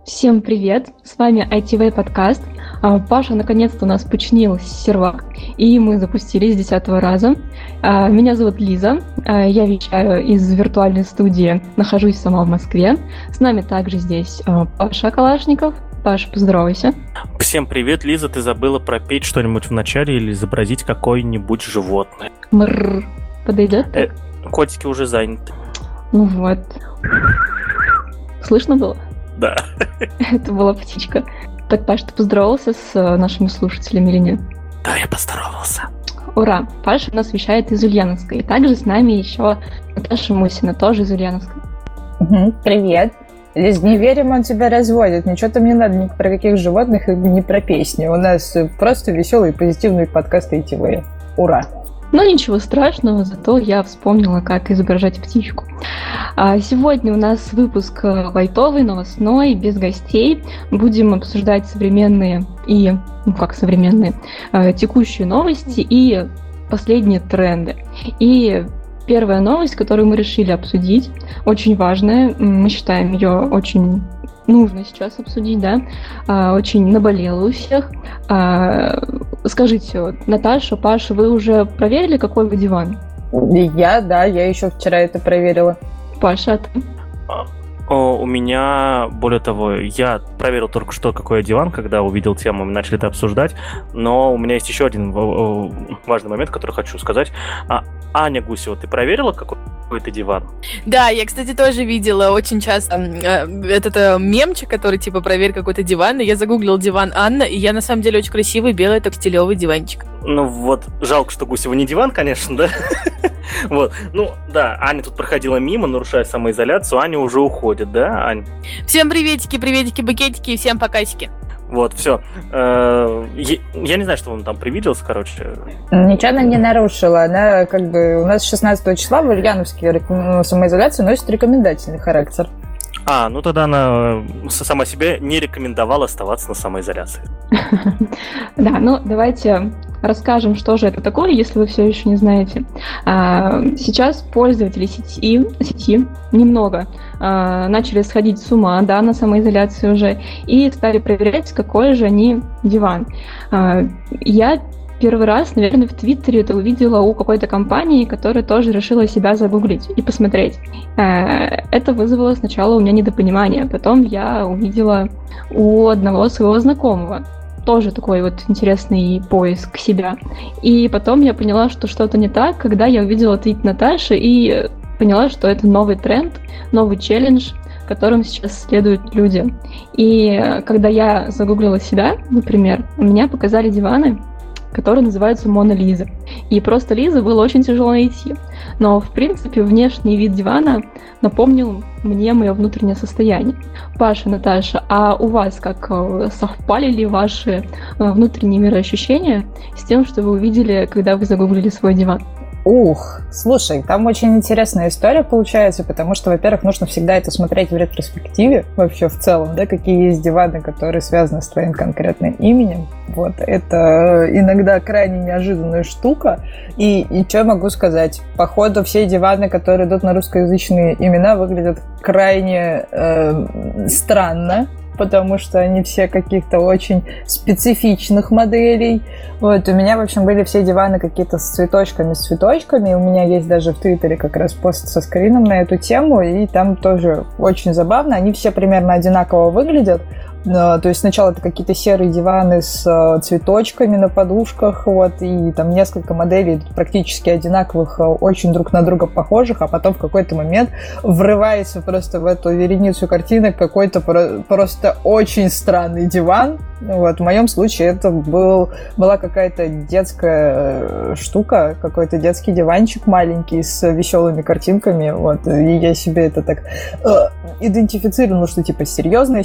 Всем привет! С вами ITV подкаст. Паша наконец-то у нас починил сервак, и мы запустились с 10-го раза. Меня зовут Лиза, я вещаю из виртуальной студии, нахожусь сама в Москве. С нами также здесь Паша Калашников. Паша, поздоровайся. Всем привет, Лиза, ты забыла пропеть что-нибудь в начале или изобразить какое-нибудь животное? Мрррр. Подойдет? Котики уже заняты. Ну вот. Слышно было? Да. Это была птичка. Так, Паш, ты поздоровался с нашими слушателями или нет? Да, я поздоровался. Ура! Паша у нас вещает из Ульяновска. И также с нами еще Наташа Мусина, тоже из Ульяновска. Привет. Лиз, не верим, он тебя разводит. Ничего там не надо ни про каких животных и ни про песни. У нас просто веселый и позитивный подкаст ITV. Ура! Но ничего страшного, зато я вспомнила, как изображать птичку. Сегодня у нас выпуск лайтовый, новостной, без гостей. Будем обсуждать современные и, текущие новости и последние тренды. И первая новость, которую мы решили обсудить, очень важная, мы считаем ее очень нужно сейчас обсудить, да, очень наболело у всех. Скажите, Наташа, Паша, вы уже проверили, какой вы диван? Я еще вчера это проверила. Паша, а ты? У меня, более того, я проверил только что, какой диван, когда увидел тему, мы начали это обсуждать, но у меня есть еще один важный момент, который хочу сказать. Аня Гусева, ты проверила, какой это диван? Да, я, кстати, тоже видела очень часто этот мемчик, который типа проверь какой-то диван, и я загуглила диван Анна, и я на самом деле очень красивый белый текстилевый диванчик. Ну вот, жалко, что Гусева не диван, конечно, да? Вот, ну да, Аня тут проходила мимо, нарушая самоизоляцию, Аня уже уходит, да, Ань? Всем приветики, букетики и всем покасики. Вот, все. Я не знаю, что он там привиделся, короче. Ничего она не нарушила. Она у нас 16 числа в Ульяновске самоизоляция носит рекомендательный характер. Ну тогда она сама себе не рекомендовала оставаться на самоизоляции. Да, давайте расскажем, что же это такое, если вы все еще не знаете. Сейчас пользователи сети немного начали сходить с ума, да, на самоизоляции уже, и стали проверять, какой же они диван. Я первый раз, наверное, в Твиттере это увидела у какой-то компании, которая тоже решила себя загуглить и посмотреть. Это вызвало сначала у меня недопонимание, потом я увидела у одного своего знакомого тоже такой вот интересный поиск себя. И потом я поняла, что что-то не так, когда я увидела твит Наташи и поняла, что это новый тренд, новый челлендж, которым сейчас следуют люди. И когда я загуглила себя, например, у меня показали диваны, которые называются Мона Лиза. И просто Лиза было очень тяжело найти. Но, в принципе, внешний вид дивана напомнил мне мое внутреннее состояние. Паша, Наташа, а у вас как совпали ли ваши внутренние мироощущения с тем, что вы увидели, когда вы загуглили свой диван? Слушай, там очень интересная история получается, потому что, во-первых, нужно всегда это смотреть в ретроспективе, вообще в целом, да, какие есть диваны, которые связаны с твоим конкретным именем. Вот, это иногда крайне неожиданная штука. И что я могу сказать? Походу, все диваны, которые идут на русскоязычные имена, выглядят крайне странно, потому что они все каких-то очень специфичных моделей. Вот, у меня, в общем, были все диваны какие-то с цветочками. У меня есть даже в Твиттере как раз пост со скрином на эту тему, и там тоже очень забавно. Они все примерно одинаково выглядят. То есть сначала это какие-то серые диваны с цветочками на подушках, вот, и там несколько моделей практически одинаковых, очень друг на друга похожих, а потом в какой-то момент врывается просто в эту вереницу картинок какой-то просто очень странный диван. Вот, в моем случае это была какая-то детская штука, какой-то детский диванчик маленький с веселыми картинками, вот, и я себе это так идентифицировала, что типа серьезное,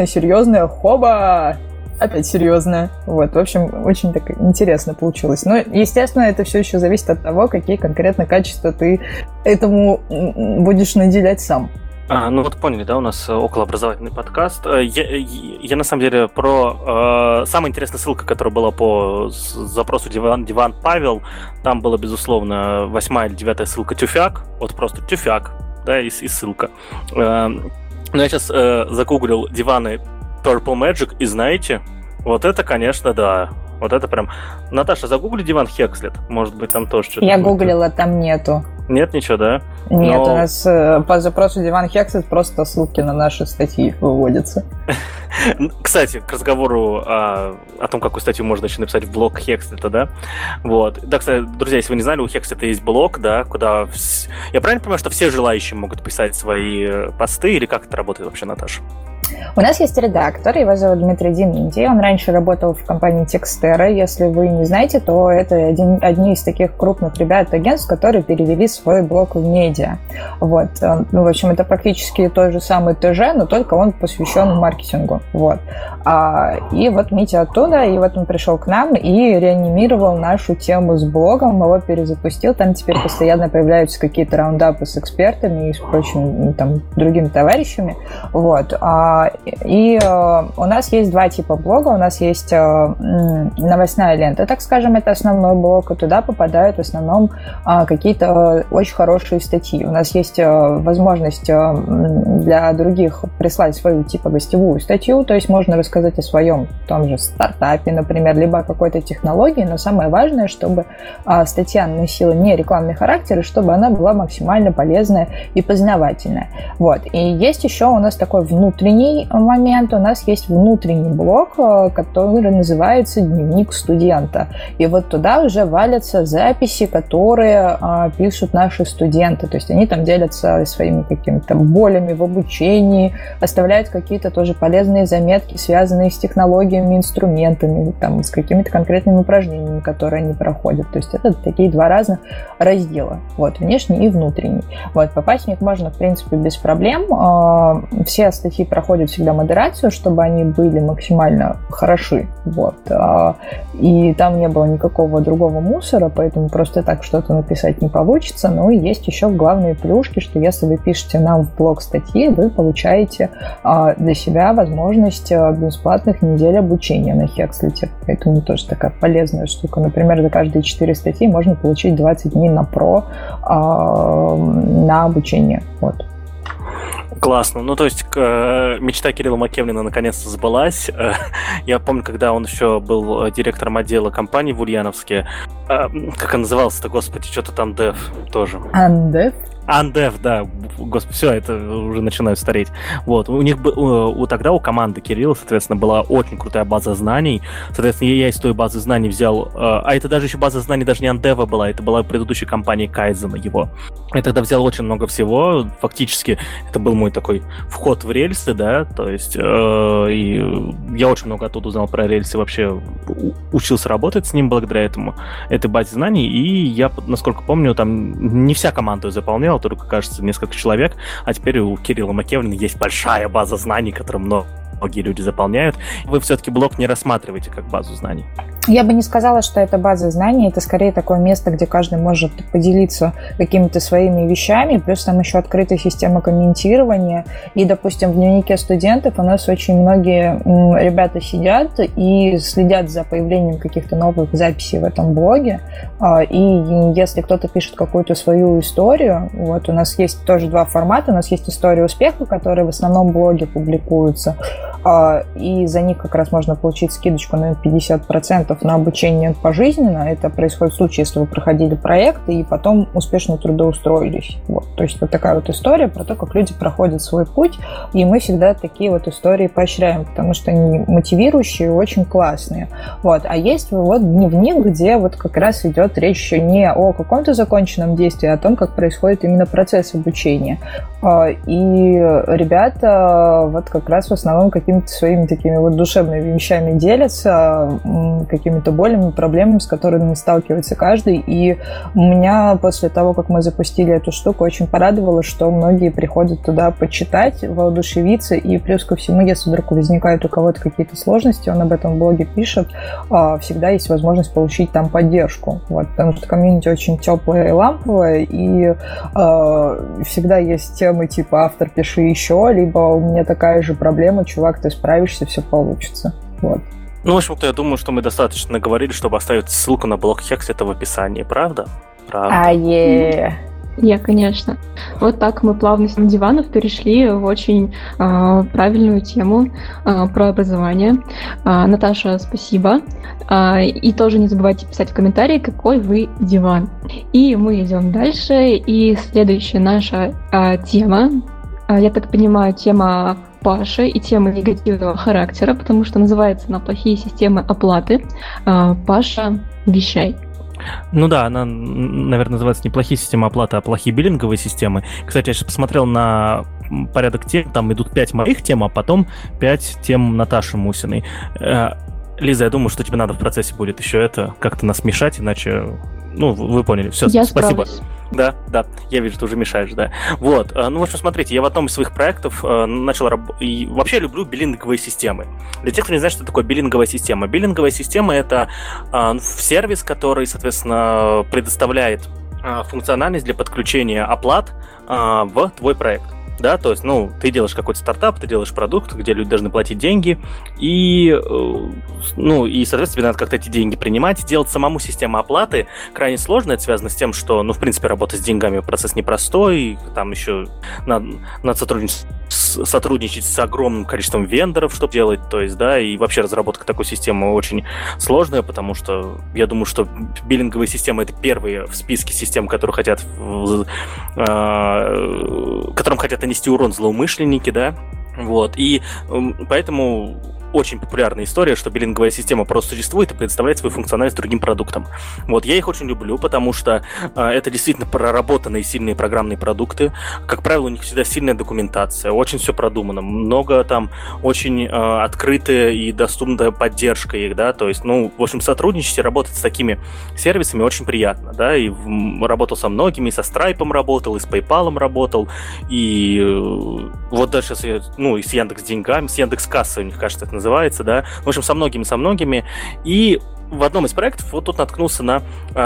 хоба! Опять серьезно. Вот, в общем, очень так интересно получилось. Но, естественно, это все еще зависит от того, какие конкретно качества ты этому будешь наделять сам. Ну вот поняли, да, у нас околообразовательный подкаст. Я на самом деле про... самая интересная ссылка, которая была по запросу «Диван Павел», там была, безусловно, 8-я или 9-я ссылка «Тюфяк», вот просто «Тюфяк», да, и ссылка. Но я сейчас загуглил диваны Purple Magic, и знаете, вот это, конечно, да. Вот это прям... Наташа, загугли диван Хекслет. Может быть, там тоже что-то Я будет. гуглила, там нету. Нет ничего, да? Нет, у нас по запросу диван Хекслет просто ссылки на наши статьи выводятся. Кстати, к разговору о том, какую статью можно еще написать в блог Хекслета, да? Вот. Да, кстати, друзья, если вы не знали, у Хекслета есть блог, да, куда... Я правильно понимаю, что все желающие могут писать свои посты, или как это работает вообще, Наташа? У нас есть редактор, его зовут Дмитрий Дементий. Он раньше работал в компании Текстера. Если вы не знаете, то это одни из таких крупных ребят агентств, которые перевели свой блог в медиа. Вот. Ну, в общем, это практически тот же самый ТЖ, но только он посвящен маркетингу. Вот. И вот Митя оттуда, и вот он пришел к нам и реанимировал нашу тему с блогом, его перезапустил. Там теперь постоянно появляются какие-то раундапы с экспертами и с прочими там другими товарищами. Вот. И у нас есть два типа блога. У нас есть новостная лента, так скажем, это основной блог, и туда попадают в основном какие-то очень хорошие статьи. У нас есть возможность для других прислать свою типа гостевую статью, то есть можно рассказать о своем том же стартапе, например, либо о какой-то технологии, но самое важное, чтобы статья носила не рекламный характер, и чтобы она была максимально полезная и познавательная. Вот. И есть еще у нас такой внутренний момент, у нас есть внутренний блог, который называется «Дневник студента». И вот туда уже валятся записи, которые пишут наши студенты. То есть они там делятся своими какими-то болями в обучении, оставляют какие-то тоже полезные заметки, связанные с технологиями, инструментами, там, с какими-то конкретными упражнениями, которые они проходят. То есть это такие два разных раздела. Вот, внешний и внутренний. Вот, попасть в них можно, в принципе, без проблем. Все статьи проходят всегда модерацию, чтобы они были максимально хороши. Вот. И там не было никакого другого мусора, поэтому просто так что-то написать не получится. Но и есть еще главные плюшки, что если вы пишете нам в блог статьи, вы получаете для себя возможность бесплатных недель обучения на Хекслете. Поэтому тоже такая полезная штука. Например, за каждые 4 статьи можно получить 20 дней на про на обучение. Вот. Классно. Ну, то есть мечта Кирилла Макевлина наконец-то сбылась. Я помню, когда он еще был директором отдела компании в Ульяновске. Как он назывался-то, господи, что-то там Dev тоже. Андев? Андев, да. Господи, все, это уже начинают стареть. Вот. У них тогда у команды Кирилла, соответственно, была очень крутая база знаний. Соответственно, я из той базы знаний взял... А это даже еще база знаний даже не Андева была, это была предыдущей компании Кайдзена его. Я тогда взял очень много всего. Фактически, это был мой такой вход в рельсы, да, то есть и я очень много оттуда узнал про рельсы, вообще учился работать с ним благодаря этой базе знаний, и я, насколько помню, там не вся команда ее заполняла, только, кажется, несколько человек, а теперь у Кирилла Макевлина есть большая база знаний, которую многие люди заполняют. Вы все-таки блог не рассматриваете как базу знаний? Я бы не сказала, что это база знаний, это скорее такое место, где каждый может поделиться какими-то своими вещами, плюс там еще открытая система комментирования, и, допустим, в дневнике студентов у нас очень многие ребята сидят и следят за появлением каких-то новых записей в этом блоге, и если кто-то пишет какую-то свою историю, вот у нас есть тоже два формата, у нас есть история успеха, которые в основном в блоге публикуются, и за них как раз можно получить скидочку на 50% на обучение пожизненно. Это происходит в случае, если вы проходили проект и потом успешно трудоустроились. Вот. То есть вот такая вот история про то, как люди проходят свой путь, и мы всегда такие вот истории поощряем, потому что они мотивирующие и очень классные. Вот. А есть вот дневник, где вот как раз идет речь не о каком-то законченном действии, а о том, как происходит именно процесс обучения. И ребята вот как раз в основном какими-то своими такими вот душевными вещами делятся, какими-то болями, проблемами, с которыми сталкивается каждый. И меня после того, как мы запустили эту штуку, очень порадовало, что многие приходят туда почитать, воодушевиться, и плюс ко всему, если вдруг возникают у кого-то какие-то сложности, он об этом в блоге пишет, всегда есть возможность получить там поддержку. Вот, потому что комьюнити очень теплое и ламповое, и всегда есть темы типа «автор, пиши еще», либо «у меня такая же проблема, чувак, ты справишься, все получится». Вот. Ну, в общем-то, я думаю, что мы достаточно говорили, чтобы оставить ссылку на блог Хекслета в описании, правда? Правда. Конечно. Вот так мы плавно с диванов перешли в очень правильную тему про образование. Наташа, спасибо. И тоже не забывайте писать в комментарии, какой вы диван. И мы идем дальше. И следующая наша тема, я так понимаю, тема Паши и тема негативного характера, потому что называется она «Плохие системы оплаты». Паша, вещай. Ну да, она, наверное, называется не плохие системы оплаты, а плохие биллинговые системы. Кстати, я сейчас посмотрел на порядок тем, там идут 5 моих тем, а потом 5 тем Наташи Мусиной. Лиза, я думаю, что тебе надо в процессе будет еще это как-то нас мешать, иначе... Ну, вы поняли. Все, я спасибо. Справлюсь. Да, я вижу, ты уже мешаешь, да. Вот, ну, в общем, смотрите, я в одном из своих проектов начал работать... И вообще люблю биллинговые системы. Для тех, кто не знает, что такое биллинговая система. Биллинговая система — это сервис, который, соответственно, предоставляет функциональность для подключения оплат в твой проект. Да, то есть, ну, ты делаешь какой-то стартап, ты делаешь продукт, где люди должны платить деньги, и, соответственно, тебе надо как-то эти деньги принимать. Делать самому систему оплаты крайне сложно, это связано с тем, что, в принципе, работа с деньгами процесс непростой, там еще надо сотрудничать с огромным количеством вендоров, чтобы делать, то есть, да, и вообще разработка такой системы очень сложная, потому что я думаю, что биллинговые системы — это первые в списке систем, которым хотят нанести урон злоумышленники, да, вот, и поэтому очень популярная история, что биллинговая система просто существует и предоставляет свою функциональность другим продуктам. Вот, я их очень люблю, потому что это действительно проработанные сильные программные продукты. Как правило, у них всегда сильная документация, очень все продумано, много там очень открытая и доступная поддержка их, да, то есть, в общем, сотрудничать и работать с такими сервисами очень приятно, да, и работал со многими, и со Stripe работал, и с PayPal работал, и вот даже сейчас и с Яндекс.Деньгами, с Яндекс.Кассой, у них, кажется, это называется, да, в общем, со многими, и в одном из проектов вот тут наткнулся на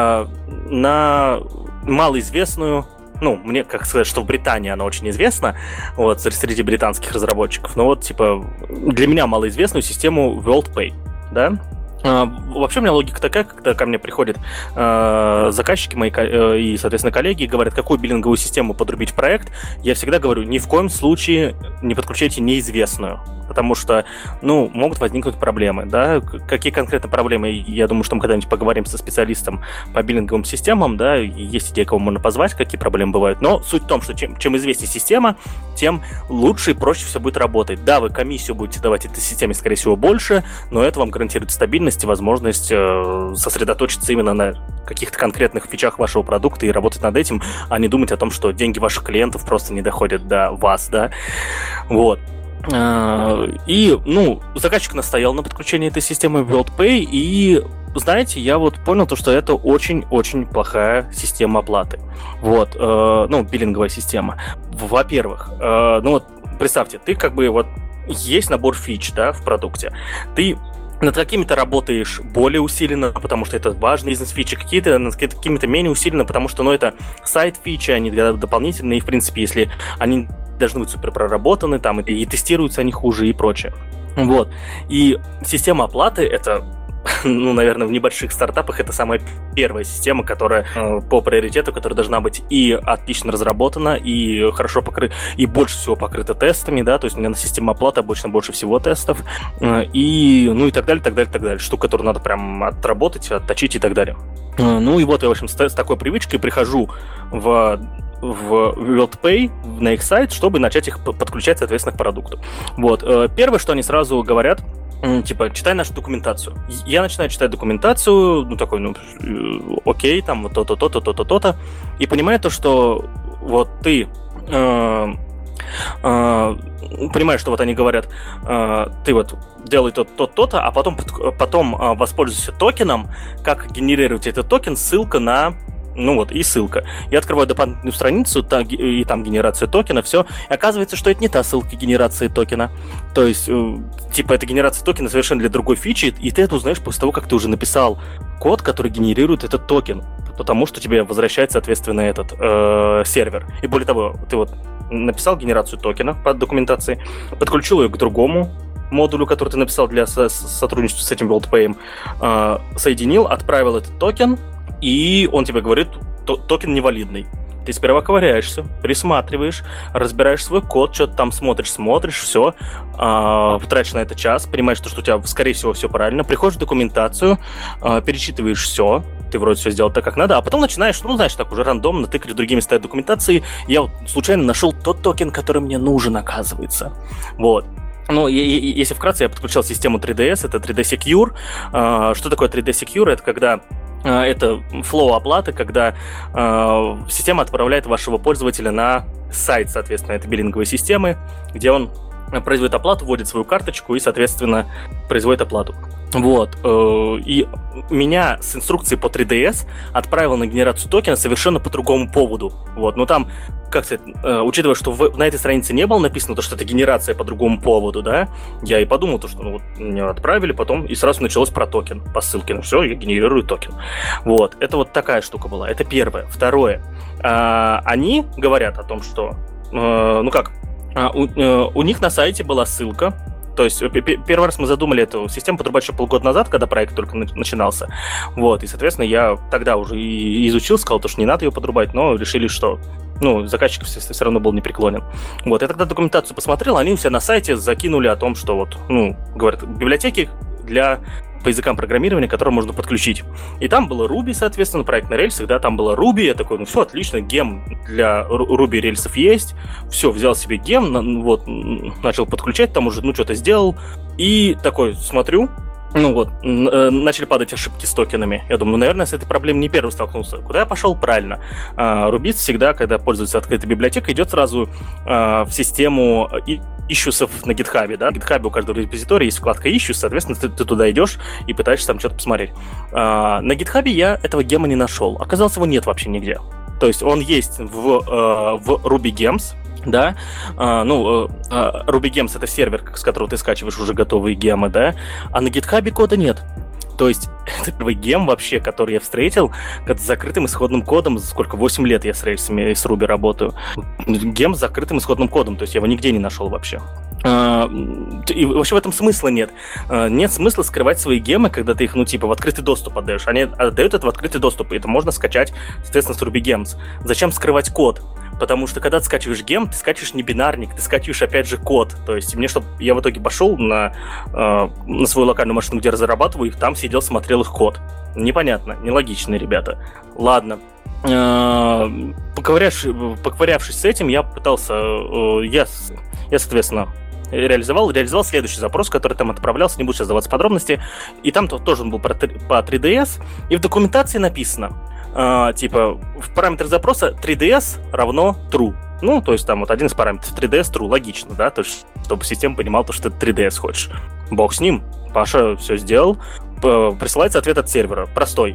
малоизвестную, мне, как сказать, что в Британии она очень известна, вот, среди британских разработчиков, но вот, типа, для меня малоизвестную систему WorldPay, да. Вообще у меня логика такая, когда ко мне приходят заказчики мои и, соответственно, коллеги и говорят, какую биллинговую систему подрубить в проект, я всегда говорю, ни в коем случае не подключайте неизвестную, потому что, могут возникнуть проблемы, да, какие конкретно проблемы, я думаю, что мы когда-нибудь поговорим со специалистом по биллинговым системам, да, есть идея, кого можно позвать, какие проблемы бывают, но суть в том, что чем известнее система, тем лучше и проще все будет работать. Да, вы комиссию будете давать этой системе, скорее всего, больше, но это вам гарантирует стабильность и возможность сосредоточиться именно на каких-то конкретных фичах вашего продукта и работать над этим, а не думать о том, что деньги ваших клиентов просто не доходят до вас, да, вот. И, заказчик настоял на подключении этой системы WorldPay, и, знаете, я вот понял то, что это очень-очень плохая система оплаты. Вот, биллинговая система. Во-первых, представьте, ты есть набор фич, да, в продукте. Ты над какими-то работаешь более усиленно, потому что это важные бизнес-фичи, какие-то над какими-то менее усиленно, потому что, это сайт-фичи, они дополнительные, и, в принципе, если они должны быть супер проработаны, там, и тестируются они хуже, и прочее. Вот. И система оплаты — это, наверное, в небольших стартапах это самая первая система, которая по приоритету, которая должна быть и отлично разработана, и хорошо покрыта, и больше всего покрыта тестами, да, то есть у меня на системе оплаты обычно больше всего тестов, и так далее, штука, которую надо прям отработать, отточить и так далее. И вот я, в общем, с такой привычкой прихожу в WorldPay на их сайт, чтобы начать их подключать, соответственно, к продукту. Вот. Первое, что они сразу говорят, читай нашу документацию. Я начинаю читать документацию, окей, там вот то-то, то-то, и понимаю то, что вот ты понимаешь, что вот они говорят, ты вот делай то-то, а потом воспользуйся токеном, как генерировать этот токен, ссылка на... и ссылка. Я открываю дополнительную страницу, и там генерация токена, все. И оказывается, что это не та ссылка генерации токена. То есть, это генерация токена совершенно для другой фичи, и ты это узнаешь после того, как ты уже написал код, который генерирует этот токен, потому что тебе возвращает, соответственно, этот сервер. И более того, ты вот написал генерацию токена по документации, подключил ее к другому модулю, который ты написал для сотрудничества с этим WorldPay, соединил, отправил этот токен, и он тебе говорит, токен невалидный. Ты сперва ковыряешься, присматриваешь, разбираешь свой код, что-то там смотришь, все, тратишь на это час, понимаешь, что у тебя, скорее всего, все правильно, приходишь в документацию, перечитываешь все, ты вроде все сделал так, как надо, а потом начинаешь, так уже рандомно тыкать в другие места документации. Я вот случайно нашел тот токен, который мне нужен, оказывается. Вот. Если вкратце, я подключал систему 3DS, это 3D Secure. Что такое 3D Secure? Это когда это флоу оплаты, когда система отправляет вашего пользователя на сайт, соответственно, этой биллинговой системы, где он производит оплату, вводит свою карточку и, соответственно, производит оплату. Вот. И меня с инструкцией по 3DS отправил на генерацию токена совершенно по другому поводу. Вот. Но там, как сказать, учитывая, что на этой странице не было написано, что это генерация по другому поводу, да, я и подумал, что меня отправили, потом и сразу началось про токен по ссылке. Все, я генерирую токен. Вот. Это вот такая штука была. Это первое. Второе. Они говорят о том, что, у них на сайте была ссылка. То есть первый раз мы задумали эту систему подрубать еще полгода назад, когда проект только начинался. Вот, и, соответственно, я тогда уже и изучил, сказал, что не надо ее подрубать, но решили, что заказчик все равно был непреклонен. Вот, я тогда документацию посмотрел, они у себя на сайте закинули о том, что говорят, библиотеки по языкам программирования, которые можно подключить. И там было Ruby, соответственно, проект на рельсах, да, там было Ruby, я такой, все отлично, гем для Ruby рельсов есть, все, взял себе гем, начал подключать, там уже, что-то сделал, и такой, смотрю, начали падать ошибки с токенами. Я думаю, наверное, с этой проблемой не первый столкнулся. Куда я пошел? Правильно. Рубист всегда, когда пользуется открытой библиотекой, идет сразу в систему исsues'ов на GitHub, да? В GitHub у каждого репозитория есть вкладка issues, соответственно, ты туда идешь и пытаешься там что-то посмотреть. На GitHub я этого гема не нашел. Оказалось, его нет вообще нигде. То есть он есть в Ruby Gems, да, Ruby Gems — это сервер, с которого ты скачиваешь уже готовые гемы, да, а на GitHub кода нет. То есть это первый гем вообще, который я встретил, с закрытым исходным кодом, 8 лет я с рельсами и с Ruby работаю. Гем с закрытым исходным кодом, то есть я его нигде не нашел вообще. И вообще в этом смысла нет. Нет смысла скрывать свои гемы, когда ты их, в открытый доступ отдаешь. Они отдают это в открытый доступ, и это можно скачать, соответственно, с Ruby Gems. Зачем скрывать код? Потому что, когда ты скачиваешь гем, ты скачиваешь не бинарник, ты скачиваешь, опять же, код. То есть я в итоге пошел на свою локальную машину, где разрабатываю их, там сидел, смотрел их код. Непонятно, нелогичные ребята. Ладно. Поковырявшись с этим, я пытался... Я, соответственно, реализовал следующий запрос, который там отправлялся, не буду сейчас даваться подробности. И там тоже он был по 3DS, и в документации написано, в параметрах запроса 3DS равно true. То есть там один из параметров 3DS true, логично, да, то есть, чтобы система понимала, что ты 3DS хочешь. Бог с ним, Паша все сделал, присылается ответ от сервера, простой.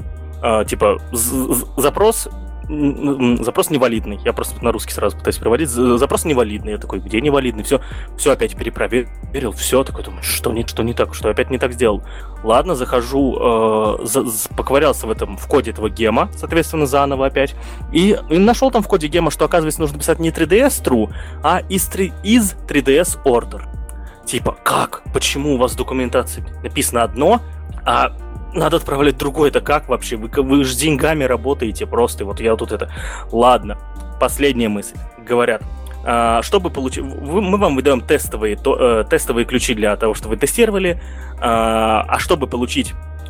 Запрос невалидный. Я просто на русский сразу пытаюсь переводить. Запрос невалидный. Я такой, где невалидный? Все опять перепроверил. Все, такой, думаю, что не так, что опять не так сделал. Ладно, захожу, поковырялся в коде этого гема, соответственно, заново опять. И нашел там в коде гема, что, оказывается, нужно писать не 3DS true, а из 3DS order. Как? Почему у вас в документации написано одно, а надо отправлять другое? Это как вообще? Вы же с деньгами работаете просто. Вот я тут это... Ладно, последняя мысль. Говорят, чтобы получить... Мы вам выдаем тестовые ключи для того, чтобы вы тестировали. А чтобы получить...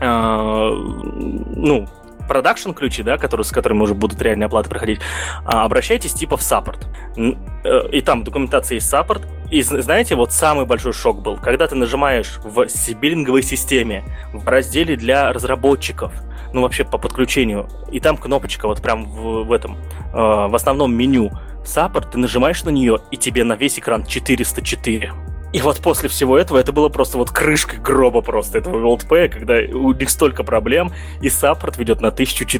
продакшн ключи, да, с которыми уже будут реальные оплаты проходить, обращайтесь в саппорт. И там в документации есть саппорт. И знаете, самый большой шок был, когда ты нажимаешь в биллинговой системе в разделе для разработчиков, вообще по подключению, и там кнопочка прям в основном меню саппорт, ты нажимаешь на нее, и тебе на весь экран 404. И после всего этого это было просто крышкой гроба просто этого WorldPay, когда у них столько проблем, и саппорт ведет на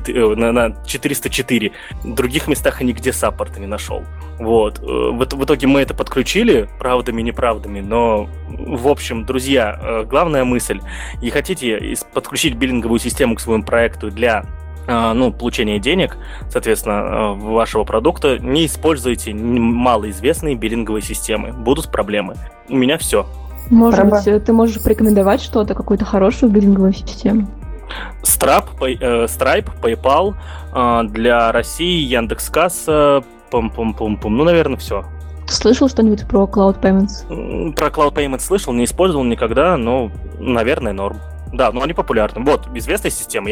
404. В других местах я нигде саппорта не нашел. В итоге мы это подключили, правдами, неправдами, но, в общем, друзья, главная мысль, и хотите подключить биллинговую систему к своему проекту для получения денег, соответственно, вашего продукта, не используйте малоизвестные биллинговые системы. Будут проблемы. У меня все. Может быть, ты можешь порекомендовать что-то, какую-то хорошую биллинговую систему? Stripe, PayPal, для России Яндекс.Касса, ну, наверное, все. Слышал что-нибудь про Cloud Payments? Про Cloud Payments слышал, не использовал никогда, но, наверное, норм. Да, но они популярны. Вот, известная система.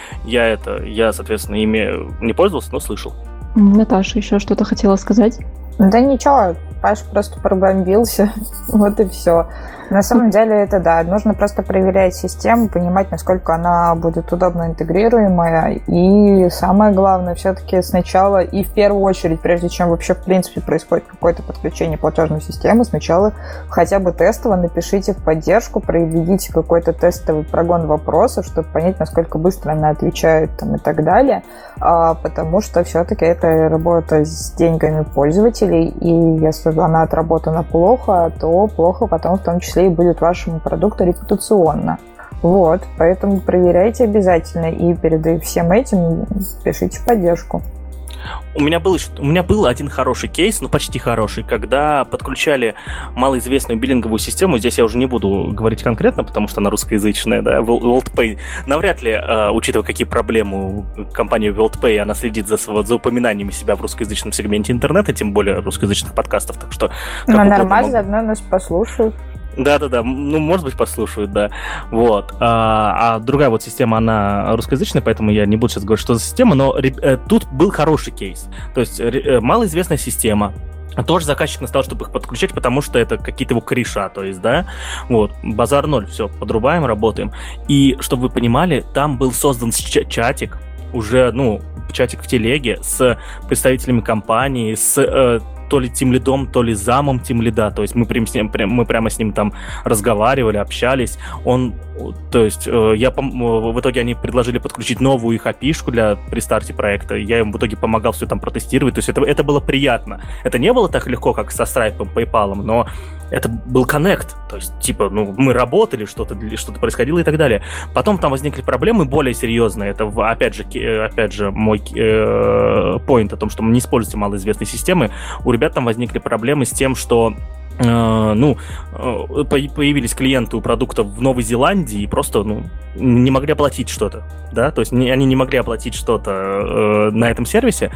Я, соответственно, ими не пользовался, но слышал. Наташа еще что-то хотела сказать? Да ничего, Паш просто пробомбился, вот и все. На самом деле это да, нужно просто проверять систему, понимать, насколько она будет удобно интегрируемая, и самое главное, все-таки сначала и в первую очередь, прежде чем вообще в принципе происходит какое-то подключение платежной системы, сначала хотя бы тестово напишите в поддержку, проведите какой-то тестовый прогон вопросов, чтобы понять, насколько быстро она отвечает там, и так далее, потому что все-таки это работа с деньгами пользователей, и если она отработана плохо, то плохо потом в том числе и будет вашему продукту репутационно. Вот, поэтому проверяйте обязательно и перед всем этим пишите в поддержку. У меня был один хороший кейс, ну почти хороший, когда подключали малоизвестную биллинговую систему. Здесь я уже не буду говорить конкретно, потому что она русскоязычная, да, WorldPay. Навряд ли, учитывая, какие проблемы у компании WorldPay, она следит за упоминаниями себя в русскоязычном сегменте интернета, тем более русскоязычных подкастов, так что... Ну, нормально, заодно нас послушают. Да-да-да, ну, может быть, послушают, да. Вот. А другая вот система, она русскоязычная, поэтому я не буду сейчас говорить, что за система, но тут был хороший кейс. То есть малоизвестная система. Тоже заказчик настал, чтобы их подключать, потому что это какие-то его кореша, то есть, да, вот, базар ноль, все, подрубаем, работаем. И, чтобы вы понимали, там был создан чатик, уже, ну, чатик в телеге с представителями компании, с то ли тимлидом, то ли замом тимлида, то есть мы прямо с ним там разговаривали, общались. В итоге они предложили подключить новую их API-шку при старте проекта. Я им в итоге помогал все там протестировать. То есть это было приятно. Это не было так легко, как со Stripe, PayPal, но это был коннект. То есть, типа, ну, мы работали, что-то происходило и так далее. Потом там возникли проблемы более серьезные. Это, опять же, мой поинт о том, что мы не используем малоизвестные системы. У ребят там возникли проблемы с тем, что появились клиенты у продукта в Новой Зеландии и просто, не могли оплатить что-то, да, то есть они не могли оплатить что-то на этом сервисе,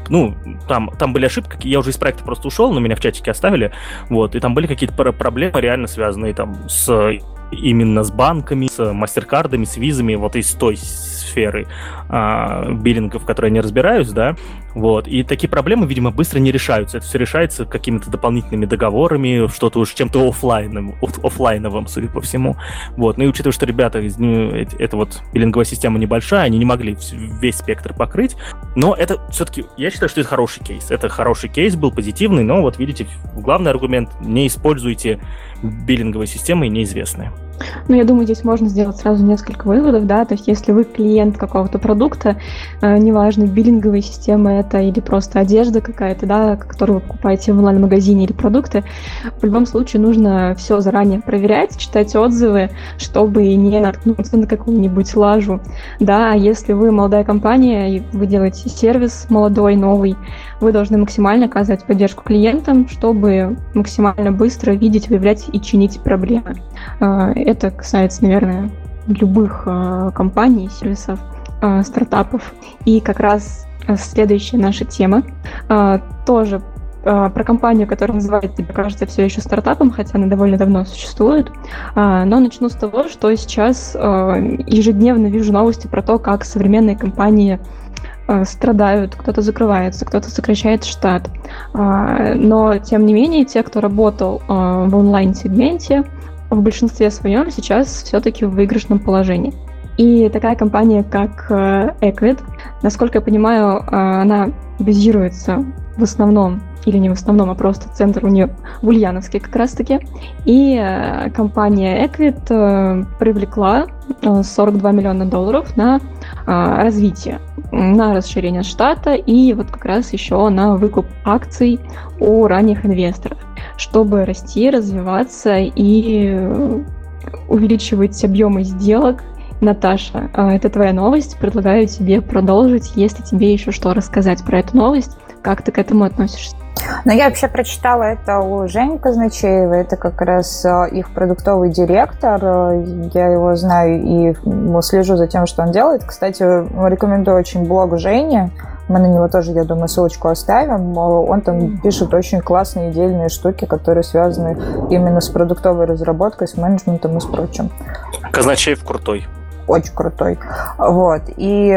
там были ошибки, я уже из проекта просто ушел, но меня в чатике оставили, вот, и там были какие-то проблемы реально связанные там именно с банками, с мастеркардами, с визами, вот из той сферы биллинга, в которой я не разбираюсь, да, вот, и такие проблемы, видимо, быстро не решаются, это все решается какими-то дополнительными договорами, что-то уж чем-то офлайновым, судя по всему, вот, ну и учитывая, что ребята, эта вот биллинговая система небольшая, они не могли весь спектр покрыть, но это все-таки, я считаю, что это хороший кейс был, позитивный, но вот видите, главный аргумент, не используйте биллинговые системы неизвестные. Я думаю, здесь можно сделать сразу несколько выводов, да, то есть если вы клиент какого-то продукта, неважно, биллинговые системы это или просто одежда какая-то, да, которую вы покупаете в онлайн-магазине или продукты, в любом случае нужно все заранее проверять, читать отзывы, чтобы не наткнуться на какую-нибудь лажу, да, а если вы молодая компания и вы делаете сервис молодой, новый, вы должны максимально оказывать поддержку клиентам, чтобы максимально быстро видеть, выявлять и чинить проблемы. Это касается, наверное, любых компаний, сервисов, стартапов. И как раз следующая наша тема тоже про компанию, которая называется, тебе кажется, все еще стартапом, хотя она довольно давно существует. Но начну с того, что сейчас ежедневно вижу новости про то, как современные компании страдают, кто-то закрывается, кто-то сокращает штат. Но, тем не менее, те, кто работал в онлайн-сегменте, в большинстве своем сейчас все-таки в выигрышном положении. И такая компания, как Ecwid, насколько я понимаю, она базируется в основном, или не в основном, а просто центр у нее в Ульяновске как раз-таки. И компания Ecwid привлекла $42 миллиона на развитие, на расширение штата и вот как раз еще на выкуп акций у ранних инвесторов, чтобы расти, развиваться и увеличивать объемы сделок. Наташа, это твоя новость, предлагаю тебе продолжить, если тебе еще что рассказать про эту новость, как ты к этому относишься? Но я вообще прочитала это у Жени Казначеевой, это как раз их продуктовый директор, я его знаю и слежу за тем, что он делает. Кстати, рекомендую очень блог Жени, мы на него тоже, я думаю, ссылочку оставим. Он там пишет очень классные идейные штуки, которые связаны именно с продуктовой разработкой, с менеджментом и с прочим. Казначеев крутой. Очень крутой. Вот. И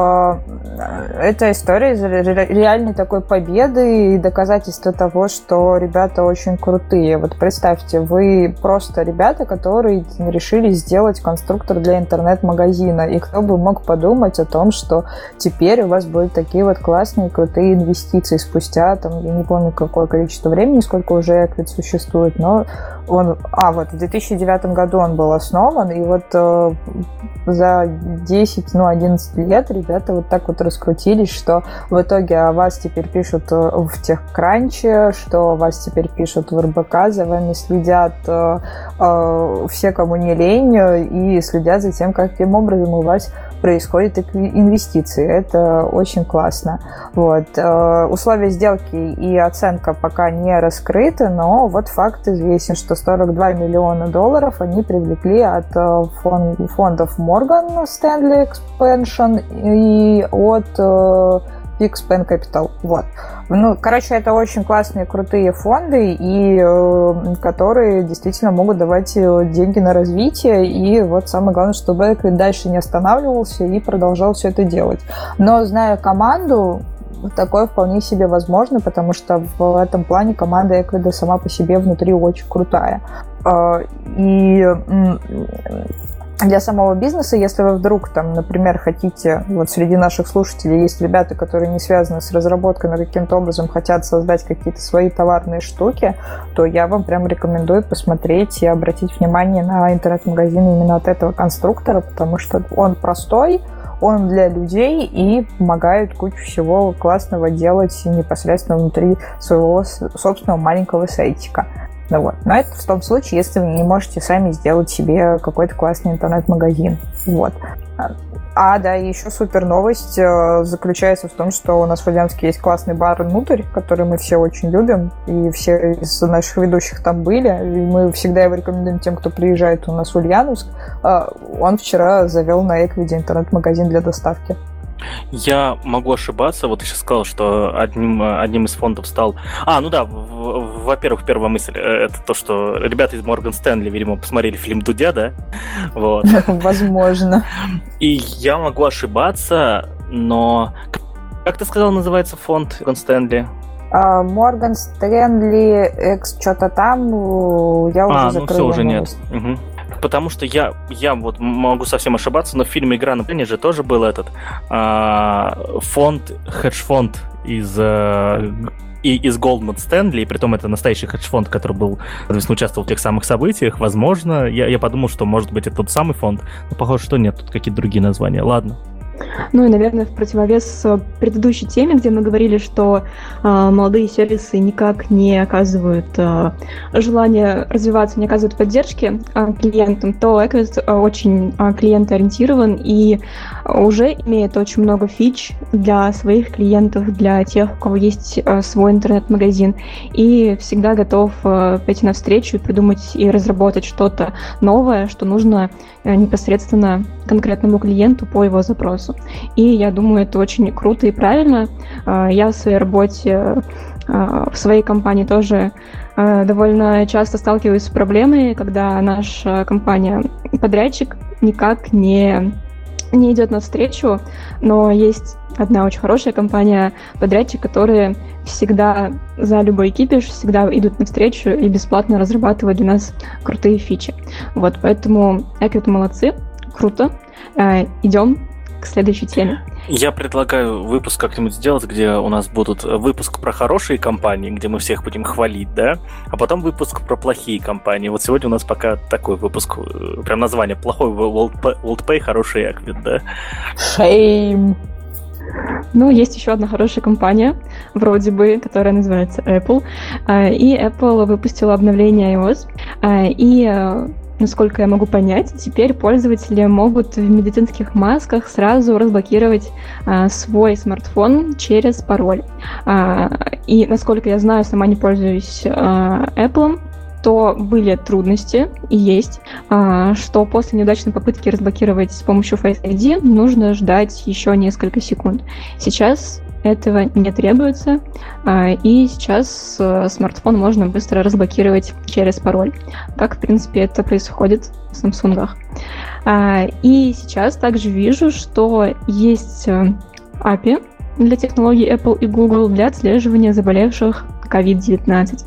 эта история реальной такой победы и доказательство того, что ребята очень крутые. Вот представьте, вы просто ребята, которые решили сделать конструктор для интернет-магазина. И кто бы мог подумать о том, что теперь у вас будут такие вот классные, крутые инвестиции спустя, там, я не помню, какое количество времени, сколько уже Ecwid существует, но он... вот в 2009 году он был основан, и вот за 10-11 лет ребята вот так вот раскрутились, что в итоге о вас теперь пишут в TechCrunch, что о вас теперь пишут в РБК, за вами следят все, кому не лень, и следят за тем, каким образом у вас происходят инвестиции. Это очень классно. Вот. Условия сделки и оценка пока не раскрыты, но вот факт известен, что $42 миллиона они привлекли от фондов Morgan Stanley Expansion и от Xpen Capital. Вот. Короче, это очень классные, крутые фонды, и которые действительно могут давать деньги на развитие. И вот самое главное, чтобы Ecwid дальше не останавливался и продолжал все это делать. Но, зная команду, такое вполне себе возможно, потому что в этом плане команда Ecwid сама по себе внутри очень крутая. И для самого бизнеса, если вы вдруг, там, например, хотите, вот среди наших слушателей есть ребята, которые не связаны с разработкой, но каким-то образом хотят создать какие-то свои товарные штуки, то я вам прям рекомендую посмотреть и обратить внимание на интернет-магазин именно от этого конструктора, потому что он простой, он для людей и помогает кучу всего классного делать непосредственно внутри своего собственного маленького сайтика. Вот. Но это в том случае, если вы не можете сами сделать себе какой-то классный интернет-магазин. Вот. Да, и еще супер новость заключается в том, что у нас в Ульяновске есть классный бар «Внутрь», который мы все очень любим, и все из наших ведущих там были, и мы всегда его рекомендуем тем, кто приезжает у нас в Ульяновск. Он вчера завел на Ecwid интернет-магазин для доставки. Я могу ошибаться. Вот ты сейчас сказал, что одним из фондов стал... во-первых, первая мысль — это то, что ребята из Morgan Stanley, видимо, посмотрели фильм «Дудя», да? Вот. Возможно. И я могу ошибаться, но... Как ты сказал, называется фонд Morgan Stanley? Morgan Stanley X что-то там, я уже закрыла. Все, уже нет. Угу. Потому что я вот могу совсем ошибаться, но в фильме «Игра на пляже» тоже был этот хедж-фонд из Goldman Stanley, и притом это настоящий хедж-фонд, который был, соответственно, участвовал в тех самых событиях. Возможно, я подумал, что, может быть, это тот самый фонд, но похоже, что нет, тут какие-то другие названия. Ладно. Ну и, наверное, в противовес предыдущей теме, где мы говорили, что молодые сервисы никак не оказывают желания развиваться, не оказывают поддержки клиентам, то Ecwid очень клиентоориентирован и уже имеет очень много фич для своих клиентов, для тех, у кого есть свой интернет-магазин, и всегда готов пойти навстречу и придумать и разработать что-то новое, что нужно непосредственно конкретному клиенту по его запросу. И я думаю, это очень круто и правильно. Я в своей работе, в своей компании тоже довольно часто сталкиваюсь с проблемой, когда наша компания-подрядчик никак не идет навстречу, но есть одна очень хорошая компания-подрядчик, которые всегда за любой кипиш, всегда идут навстречу и бесплатно разрабатывают для нас крутые фичи. Вот, поэтому Ecwid молодцы, круто. Идем к следующей теме. Я предлагаю выпуск как-нибудь сделать, где у нас будут выпуск про хорошие компании, где мы всех будем хвалить, да, а потом выпуск про плохие компании. Вот сегодня у нас пока такой выпуск, прям название: плохой WorldPay, хороший Ecwid, да? Shame. Ну, есть еще одна хорошая компания, вроде бы, которая называется Apple. И Apple выпустила обновление iOS. И насколько я могу понять, теперь пользователи могут в медицинских масках сразу разблокировать свой смартфон через пароль. И, насколько я знаю, сама не пользуюсь Apple, то были трудности и есть, что после неудачной попытки разблокировать с помощью Face ID нужно ждать еще несколько секунд. Сейчас этого не требуется, и сейчас смартфон можно быстро разблокировать через пароль, как, в принципе, это происходит в Samsung. И сейчас также вижу, что есть API для технологий Apple и Google для отслеживания заболевших COVID-19.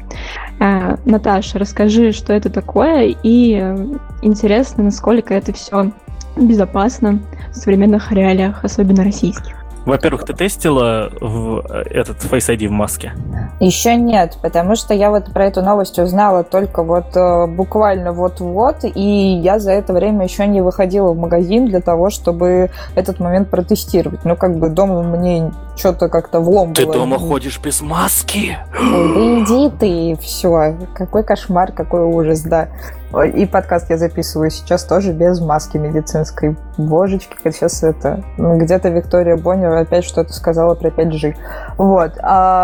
Наташа, расскажи, что это такое, и интересно, насколько это все безопасно в современных реалиях, особенно российских. Во-первых, ты тестила этот Face ID в маске? Еще нет, потому что я вот про эту новость узнала только вот буквально вот-вот, и я за это время еще не выходила в магазин для того, чтобы этот момент протестировать. Ну, как бы дома мне что-то как-то влом было. Ты дома ходишь без маски? Ой, да иди ты, все. Какой кошмар, какой ужас, да. И подкаст я записываю сейчас тоже без маски медицинской. Божечки, как сейчас это... Где-то Виктория Боннер опять что-то сказала про 5G. Вот.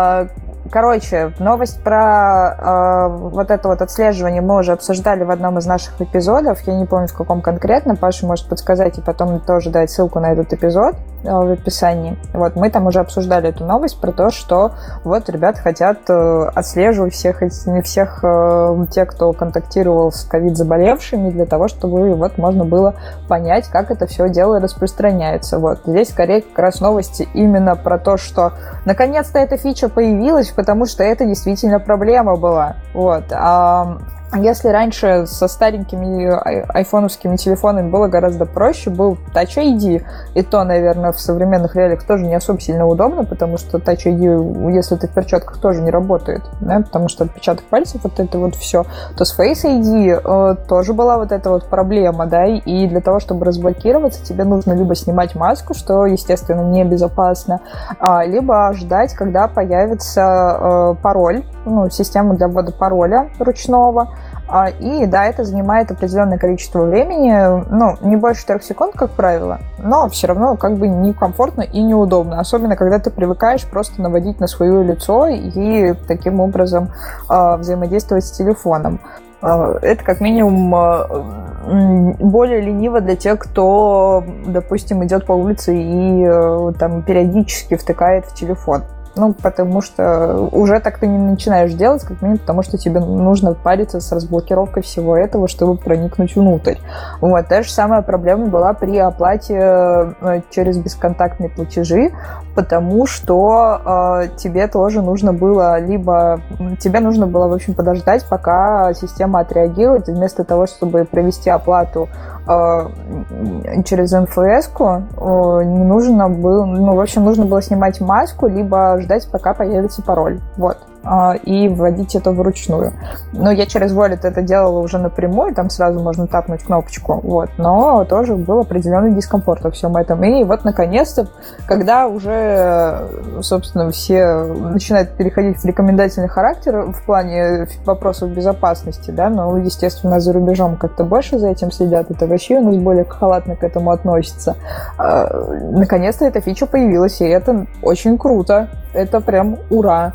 Короче, новость про вот это вот отслеживание мы уже обсуждали в одном из наших эпизодов. Я не помню, в каком конкретно. Паша может подсказать и потом тоже дать ссылку на этот эпизод в описании. Вот, мы там уже обсуждали эту новость про то, что вот ребята хотят отслеживать всех тех, кто контактировал с ковид-заболевшими, для того, чтобы вот можно было понять, как это все дело распространяется. Вот. Здесь скорее как раз новости именно про то, что наконец-то эта фича появилась, потому что это действительно проблема была. Вот. Если раньше со старенькими айфоновскими телефонами было гораздо проще, был Touch ID, и то, наверное, в современных реалиях тоже не особо сильно удобно, потому что Touch ID, если ты в перчатках, тоже не работает, да, потому что отпечаток пальцев, вот это вот все, то с Face ID тоже была вот эта вот проблема, да, и для того, чтобы разблокироваться, тебе нужно либо снимать маску, что, естественно, небезопасно, либо ждать, когда появится пароль, система для ввода пароля ручного. И да, это занимает определенное количество времени, не больше 3 секунд, как правило, но все равно как бы некомфортно и неудобно, особенно когда ты привыкаешь просто наводить на свое лицо и таким образом взаимодействовать с телефоном. Это как минимум более лениво для тех, кто, допустим, идет по улице и там периодически втыкает в телефон. Потому что уже так ты не начинаешь делать, как минимум, потому что тебе нужно париться с разблокировкой всего этого, чтобы проникнуть внутрь. Вот. Та же самая проблема была при оплате через бесконтактные платежи, потому что тебе тоже нужно было в общем, подождать, пока система отреагирует, и вместо того, чтобы провести оплату через МФС-ку, нужно было снимать маску, либо ждать, пока появится пароль. Вот. И вводить это вручную. Я через Wallet это делала уже напрямую, там сразу можно тапнуть кнопочку, вот. Но тоже был определенный дискомфорт во всем этом. И вот, наконец-то, когда уже, собственно, все начинают переходить в рекомендательный характер в плане вопросов безопасности, да, естественно, за рубежом как-то больше за этим следят, это вообще у нас более халатно к этому относится. Наконец-то эта фича появилась, и это очень круто. Это прям ура!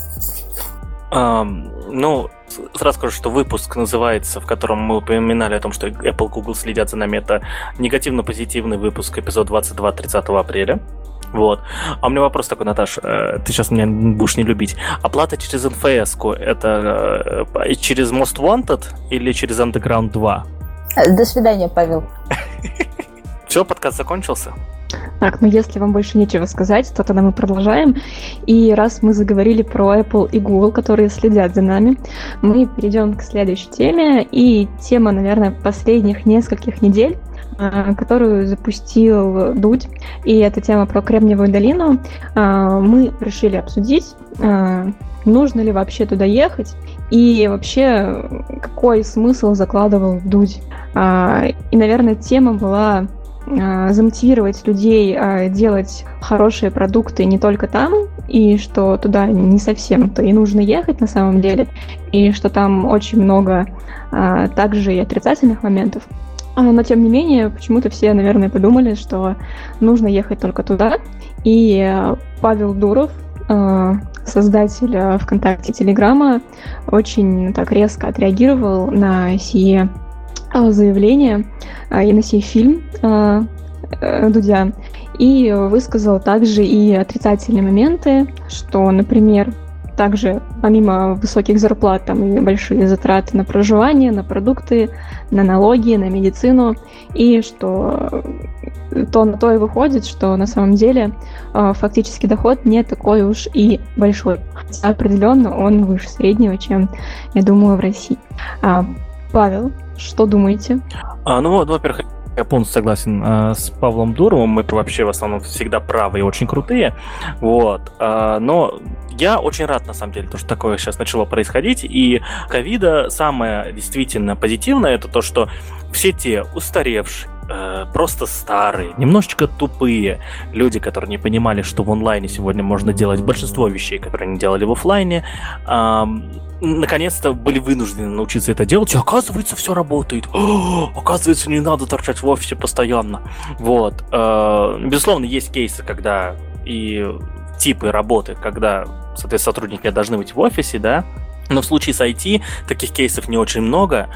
Сразу скажу, что выпуск называется, в котором мы упоминали о том, что Apple, Google следят за нами, это негативно-позитивный выпуск, эпизод 22 30 апреля. Вот. А у меня вопрос такой, Наташ, ты сейчас меня будешь не любить. Оплата через НФС-ку, это через Most Wanted или через Underground 2? До свидания, Павел. Все, подкаст закончился? Так, если вам больше нечего сказать, то тогда мы продолжаем. И раз мы заговорили про Apple и Google, которые следят за нами, мы перейдем к следующей теме. И тема, наверное, последних нескольких недель, которую запустил Дудь, и это тема про Кремниевую долину. Мы решили обсудить, нужно ли вообще туда ехать, и вообще какой смысл закладывал Дудь. И, наверное, тема была замотивировать людей делать хорошие продукты не только там, и что туда не совсем-то и нужно ехать на самом деле, и что там очень много также и отрицательных моментов. Но, тем не менее, почему-то все, наверное, подумали, что нужно ехать только туда. И Павел Дуров, создатель ВКонтакте, Телеграма, очень так резко отреагировал на сие заявление и на сей фильм Дудя. И высказал также и отрицательные моменты, что, например, также помимо высоких зарплат там и большие затраты на проживание, на продукты, на налоги, на медицину, и что то на то и выходит, что на самом деле фактически доход не такой уж и большой. Хотя определенно он выше среднего, чем, я думаю, в России. Павел, что думаете? Во-первых, я полностью согласен с Павлом Дуровым. Мы вообще в основном всегда правы и очень крутые. Но я очень рад, на самом деле, то, что такое сейчас начало происходить. И ковида самое действительно позитивное, это то, что все те устаревшие, просто старые, немножечко тупые люди, которые не понимали, что в онлайне сегодня можно делать большинство вещей, которые они делали в офлайне, наконец-то были вынуждены научиться это делать, и оказывается, все работает. Оказывается, не надо торчать в офисе постоянно. Безусловно, есть кейсы, когда и типы работы, когда, соответственно, сотрудники должны быть в офисе, да, но в случае с IT таких кейсов не очень много,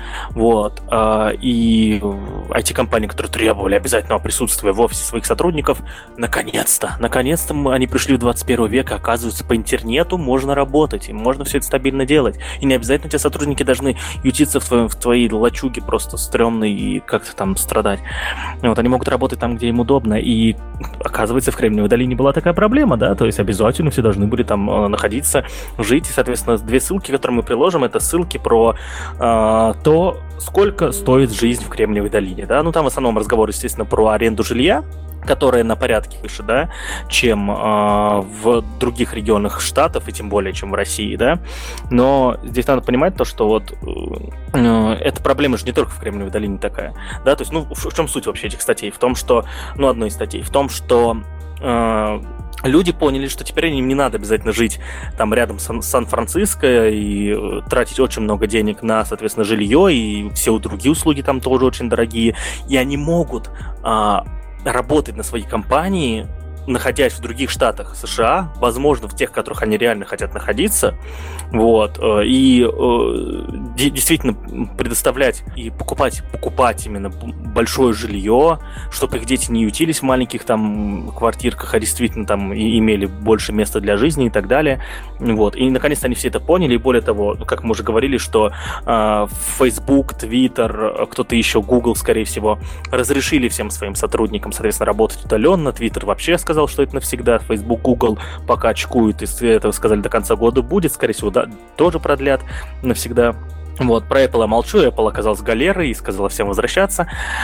и IT-компании, которые требовали обязательного присутствия в офисе своих сотрудников, наконец-то они пришли в 21 век, и оказывается, по интернету можно работать, и можно все это стабильно делать, и не обязательно те сотрудники должны ютиться в твоей лачуге просто стрёмной и как-то там страдать. Они могут работать там, где им удобно, и оказывается, в Кремниевой долине была такая проблема, да, то есть обязательно все должны были там находиться, жить, и, соответственно, 2 ссылки, которые мы приложим, это ссылки про то, сколько стоит жизнь в Кремниевой долине, да, там в основном разговор, естественно, про аренду жилья, которая на порядке выше, да, чем в других регионах штатов, и тем более, чем в России, да, но здесь надо понимать то, что эта проблема же не только в Кремниевой долине такая, да, то есть, в чем суть вообще этих статей? В том, что, одной из статей, в том, что люди поняли, что теперь им не надо обязательно жить там рядом с Сан-Франциско и тратить очень много денег на, соответственно, жилье, и все другие услуги там тоже очень дорогие, и они могут работать на своей компании, находясь в других штатах США, возможно, в тех, в которых они реально хотят находиться, и действительно предоставлять и покупать именно большое жилье, чтобы их дети не ютились в маленьких там квартирках, а действительно там имели больше места для жизни и так далее. И наконец-то они все это поняли, и более того, как мы уже говорили, что Facebook, Twitter, кто-то еще, Google, скорее всего, разрешили всем своим сотрудникам, соответственно, работать удаленно. Twitter вообще сказал, что это навсегда. Facebook, Google пока очкуют, и это сказали, до конца года будет, скорее всего, да, тоже продлят навсегда. Про Apple я молчу, Apple оказалась галерой и сказала всем возвращаться.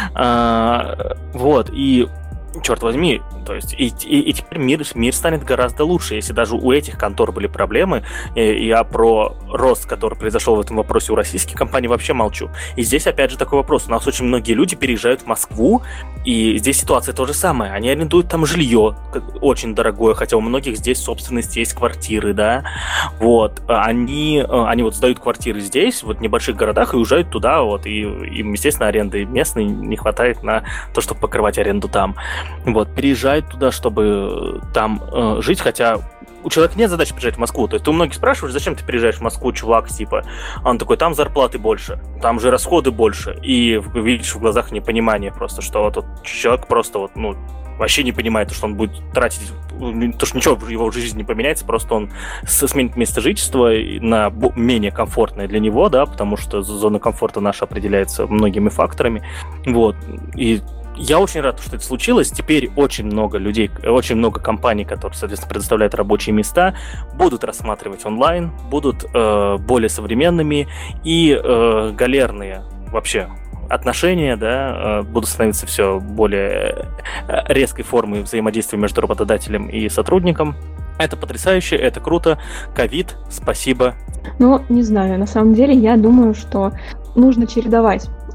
И черт возьми, то есть и теперь мир станет гораздо лучше, если даже у этих контор были проблемы, я про рост, который произошел в этом вопросе у российских компаний, вообще молчу. И здесь опять же такой вопрос, у нас очень многие люди переезжают в Москву, и здесь ситуация то же самое, они арендуют там жилье очень дорогое, хотя у многих здесь собственность есть, квартиры, да, они сдают квартиры здесь, в небольших городах, и уезжают туда, и им, естественно, аренды местной не хватает на то, чтобы покрывать аренду там. Переезжают туда, чтобы там жить, хотя у человека нет задачи приезжать в Москву. То есть ты у многих спрашиваешь, зачем ты приезжаешь в Москву, чувак, типа. Он такой, там зарплаты больше, там же расходы больше. И видишь в глазах непонимание просто, что человек просто вообще не понимает, что он будет тратить, то, что ничего в его жизни не поменяется, просто он сменит место жительства на менее комфортное для него, да, потому что зона комфорта наша определяется многими факторами. И я очень рад, что это случилось. Теперь очень много людей, очень много компаний, которые, соответственно, предоставляют рабочие места, будут рассматривать онлайн, будут более современными, и галерные вообще отношения, да, будут становиться все более резкой формой взаимодействия между работодателем и сотрудником. Это потрясающе, это круто. Ковид, спасибо. Не знаю, на самом деле я думаю, что нужно чередовать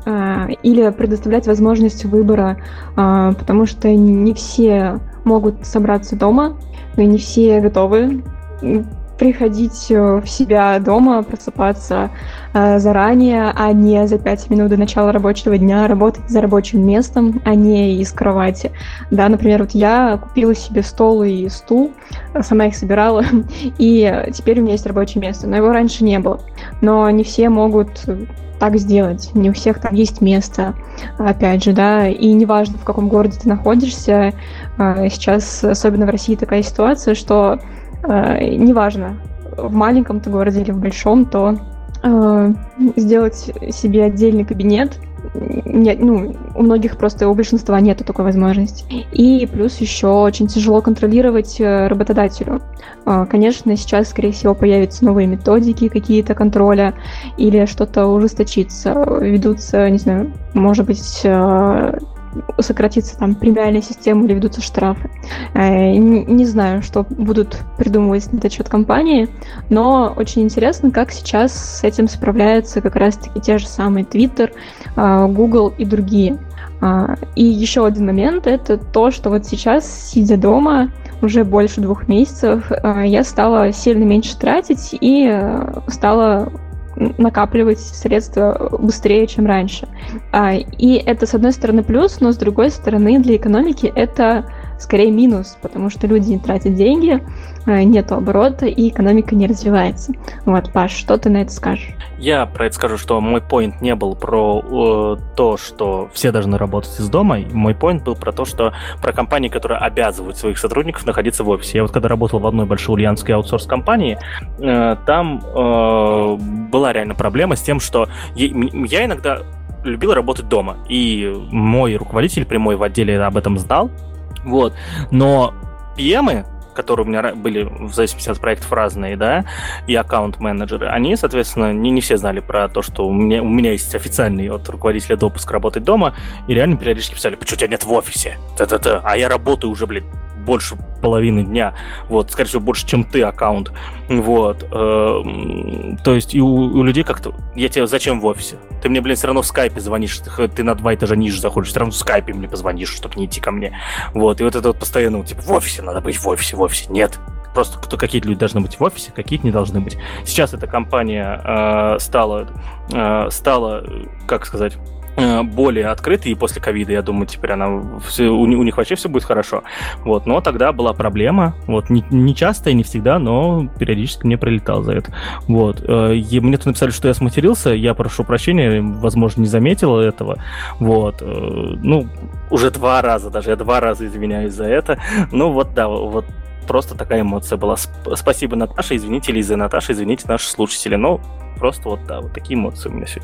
или предоставлять возможность выбора, потому что не все могут собраться дома, и не все готовы приходить в себя дома, просыпаться заранее, а не за 5 минут до начала рабочего дня, работать за рабочим местом, а не из кровати. Да, например, вот я купила себе стол и стул, сама их собирала, и теперь у меня есть рабочее место, но его раньше не было. Но не все могут так сделать, не у всех там есть место, опять же, да, и неважно, в каком городе ты находишься, сейчас, особенно в России, такая ситуация, что неважно, в маленьком-то городе или в большом, то сделать себе отдельный кабинет, у многих просто, у большинства нету такой возможности. И плюс еще очень тяжело контролировать работодателю. Конечно, сейчас, скорее всего, появятся новые методики какие-то контроля или что-то ужесточится, ведутся, не знаю, может быть, сократится там премиальная система или ведутся штрафы. Не знаю, что будут придумывать на этот счет компании, но очень интересно, как сейчас с этим справляются как раз-таки те же самые Twitter, Google и другие. И еще один момент — это то, что вот сейчас, сидя дома, уже больше 2 месяцев, я стала сильно меньше тратить и стала накапливать средства быстрее, чем раньше. И это, с одной стороны, плюс, но с другой стороны, для экономики это скорее минус, потому что люди не тратят деньги, нету оборота, и экономика не развивается. Вот, Паш, что ты на это скажешь? Я про это скажу, что мой поинт не был про то, что все должны работать из дома. Мой поинт был про то, что про компании, которые обязывают своих сотрудников находиться в офисе. Я вот когда работал в одной большой ульяновской аутсорс-компании, там была реально проблема с тем, что я иногда любил работать дома, и мой руководитель прямой в отделе об этом знал. Вот. Но PM-ы, которые у меня были в зависимости от проектов разные, да, и аккаунт-менеджеры, они, соответственно, не все знали про то, что у меня есть официальный от руководителя допуск работать дома, и реально периодически писали: почему тебя нет в офисе? Та-та-та. А я работаю уже, больше половины дня, вот, скорее всего, больше, чем ты, аккаунт, вот, то есть и у людей как-то, я тебе зачем в офисе? Ты мне, все равно в скайпе звонишь, ты на 2 этажа ниже заходишь, все равно в скайпе мне позвонишь, чтобы не идти ко мне, вот, и вот это вот постоянно, типа, в офисе надо быть, в офисе, нет. Просто какие-то люди должны быть в офисе, какие-то не должны быть. Сейчас эта компания стала, как сказать, более открытой, и после ковида, я думаю, теперь у них вообще все будет хорошо. Вот, но тогда была проблема, вот, не часто и не всегда, но периодически мне прилетал за это. Вот, и мне тут написали, что я сматерился, я прошу прощения, возможно, не заметил этого, вот, уже 2 раза, даже я 2 раза извиняюсь за это, вот просто такая эмоция была. Спасибо, Наташа, извините, Лиза и Наташа, извините, наши слушатели, просто вот такие эмоции у меня сегодня.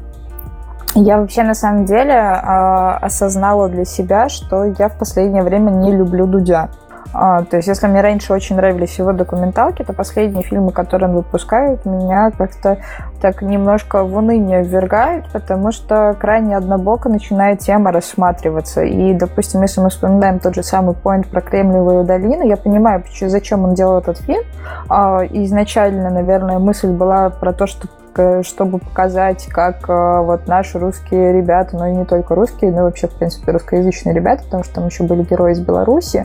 Я вообще, на самом деле, осознала для себя, что я в последнее время не люблю Дудя. То есть, если мне раньше очень нравились его документалки, то последние фильмы, которые он выпускает, меня как-то так немножко в уныние ввергают, потому что крайне однобоко начинает тема рассматриваться. И, допустим, если мы вспоминаем тот же самый поинт про Кремниевую долину, я понимаю, зачем он делал этот фильм. Изначально, наверное, мысль была про то, чтобы показать, как вот наши русские ребята, но и не только русские, но вообще, в принципе, русскоязычные ребята, потому что там еще были герои из Беларуси,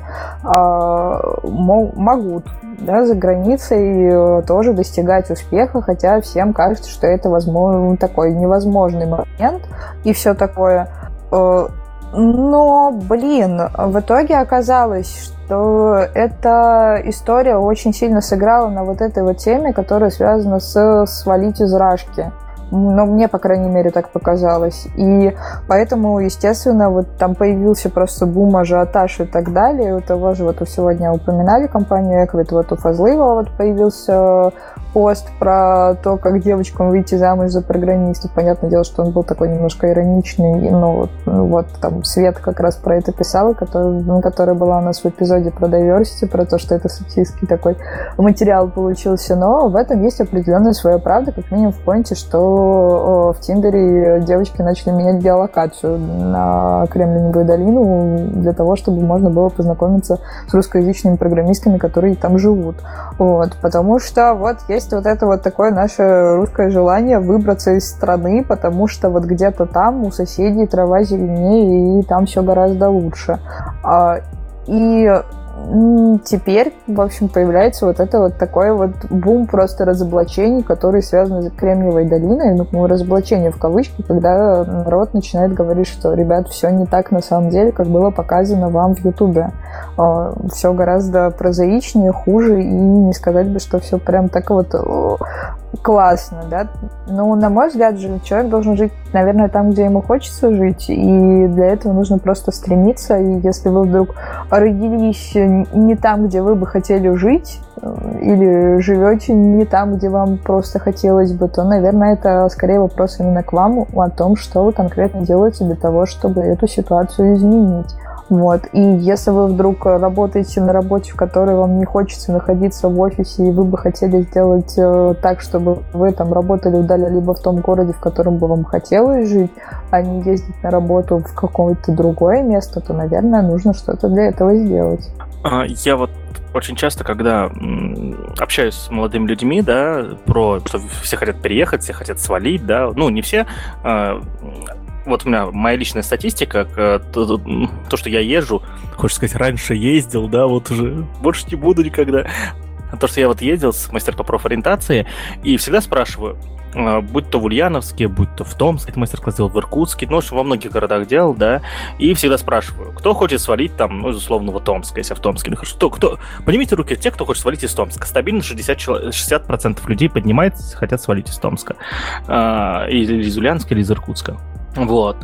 могут, да, за границей тоже достигать успеха, хотя всем кажется, что это возможно, такой невозможный момент и все такое. Но, в итоге оказалось, что эта история очень сильно сыграла на вот этой вот теме, которая связана с «свалить из рашки». Но мне, по крайней мере, так показалось. И поэтому, естественно, вот там появился просто бум, ажиотаж и так далее. У того же, вот сегодня упоминали компанию Эквит, вот у Фазлыева вот появился пост про то, как девочкам выйти замуж за программистов. Понятное дело, что он был такой немножко ироничный, но вот там Свет как раз про это писала, которая была у нас в эпизоде про diversity, про то, что это сексистский такой материал получился. Но в этом есть определенная своя правда, как минимум в поинте, что в Тиндере девочки начали менять геолокацию на Кремниевую долину для того, чтобы можно было познакомиться с русскоязычными программистами, которые там живут. Вот, потому что вот есть есть вот это вот такое наше русское желание выбраться из страны, потому что вот где-то там у соседей трава зеленее, и там все гораздо лучше. И теперь, в общем, появляется вот это вот такой вот бум просто разоблачений, которые связаны с Кремниевой долиной, ну, разоблачение в кавычках, когда народ начинает говорить, что, ребят, все не так на самом деле, как было показано вам в Ютубе. Все гораздо прозаичнее, хуже, и не сказать бы, что все прям так вот классно, да. Ну, на мой взгляд, же человек должен жить, наверное, там, где ему хочется жить, и для этого нужно просто стремиться, и если вы вдруг родились не там, где вы бы хотели жить, или живете не там, где вам просто хотелось бы, то, наверное, это скорее вопрос именно к вам о том, что вы конкретно делаете для того, чтобы эту ситуацию изменить. Вот. И если вы вдруг работаете на работе, в которой вам не хочется находиться в офисе, и вы бы хотели сделать так, чтобы вы там работали либо в том городе, в котором бы вам хотелось жить, а не ездить на работу в какое-то другое место, то, наверное, нужно что-то для этого сделать. Я вот очень часто, когда общаюсь с молодыми людьми, да, про что все хотят переехать, все хотят свалить, да, ну, не все. Вот у меня моя личная статистика, то, что я езжу, хочешь сказать, раньше ездил, да, вот уже больше не буду никогда. То, что я вот ездил с мастер по профориентации, и всегда спрашиваю, будь то в Ульяновске, будь то в Томске, мастер-класс делал в Иркутске, ну, в общем, во многих городах делал, да, и всегда спрашиваю, кто хочет свалить там, ну, из условного Томска, если я в Томске нахожусь, кто? Поднимите руки те, кто хочет свалить из Томска. Стабильно 60% людей поднимается, хотят свалить из Томска, или из Ульяновска, или из Иркутска. Вот.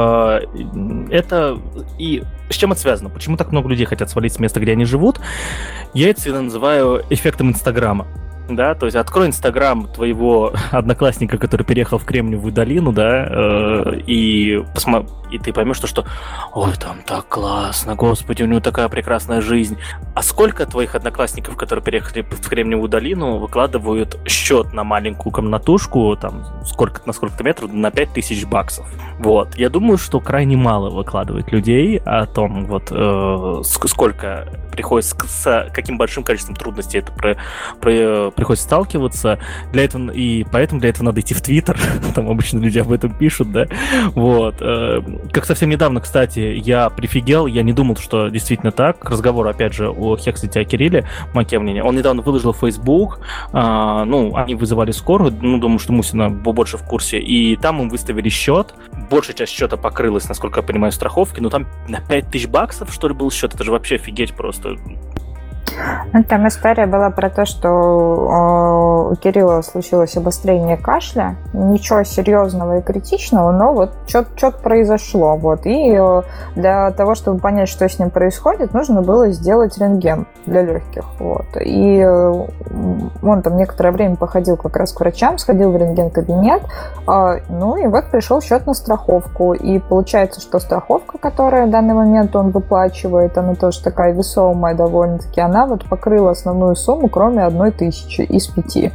Это и с чем это связано? Почему так много людей хотят свалить с места, где они живут? Я это всегда называю эффектом Инстаграма. Да, то есть открой Инстаграм твоего одноклассника, который переехал в Кремниевую долину, да, и ты поймешь, что ой, там так классно, господи, у него такая прекрасная жизнь. А сколько твоих одноклассников, которые переехали в Кремниевую долину, выкладывают счет на маленькую комнатушку, там, на сколько-то метров, на $5000? Вот. Я думаю, что крайне мало выкладывает людей о том, вот, сколько приходится, с каким большим количеством трудностей это приходится сталкиваться. Для этого, и поэтому для этого надо идти в Твиттер. Там обычно люди об этом пишут, да. Вот. Как совсем недавно, кстати, я прифигел, я не думал, что действительно так. К разговору, опять же, о Хексете, о Кирилле Макевнине. Он недавно выложил в Facebook, они вызывали скорую, думаю, что Мусина больше в курсе, и там им выставили счет. Большая часть счета покрылась, насколько я понимаю, страховки, но там на $5000, что ли, был счет. Это же вообще офигеть просто. Там история была про то, что у Кирилла случилось обострение кашля. Ничего серьезного и критичного, но вот что-то произошло. Вот. И для того, чтобы понять, что с ним происходит, нужно было сделать рентген для легких. Вот. И он там некоторое время походил как раз к врачам, сходил в рентген-кабинет. И вот пришел счет на страховку. И получается, что страховка, которая в данный момент он выплачивает, она тоже такая весомая довольно-таки, она вот покрыла основную сумму, кроме 1000 из 5.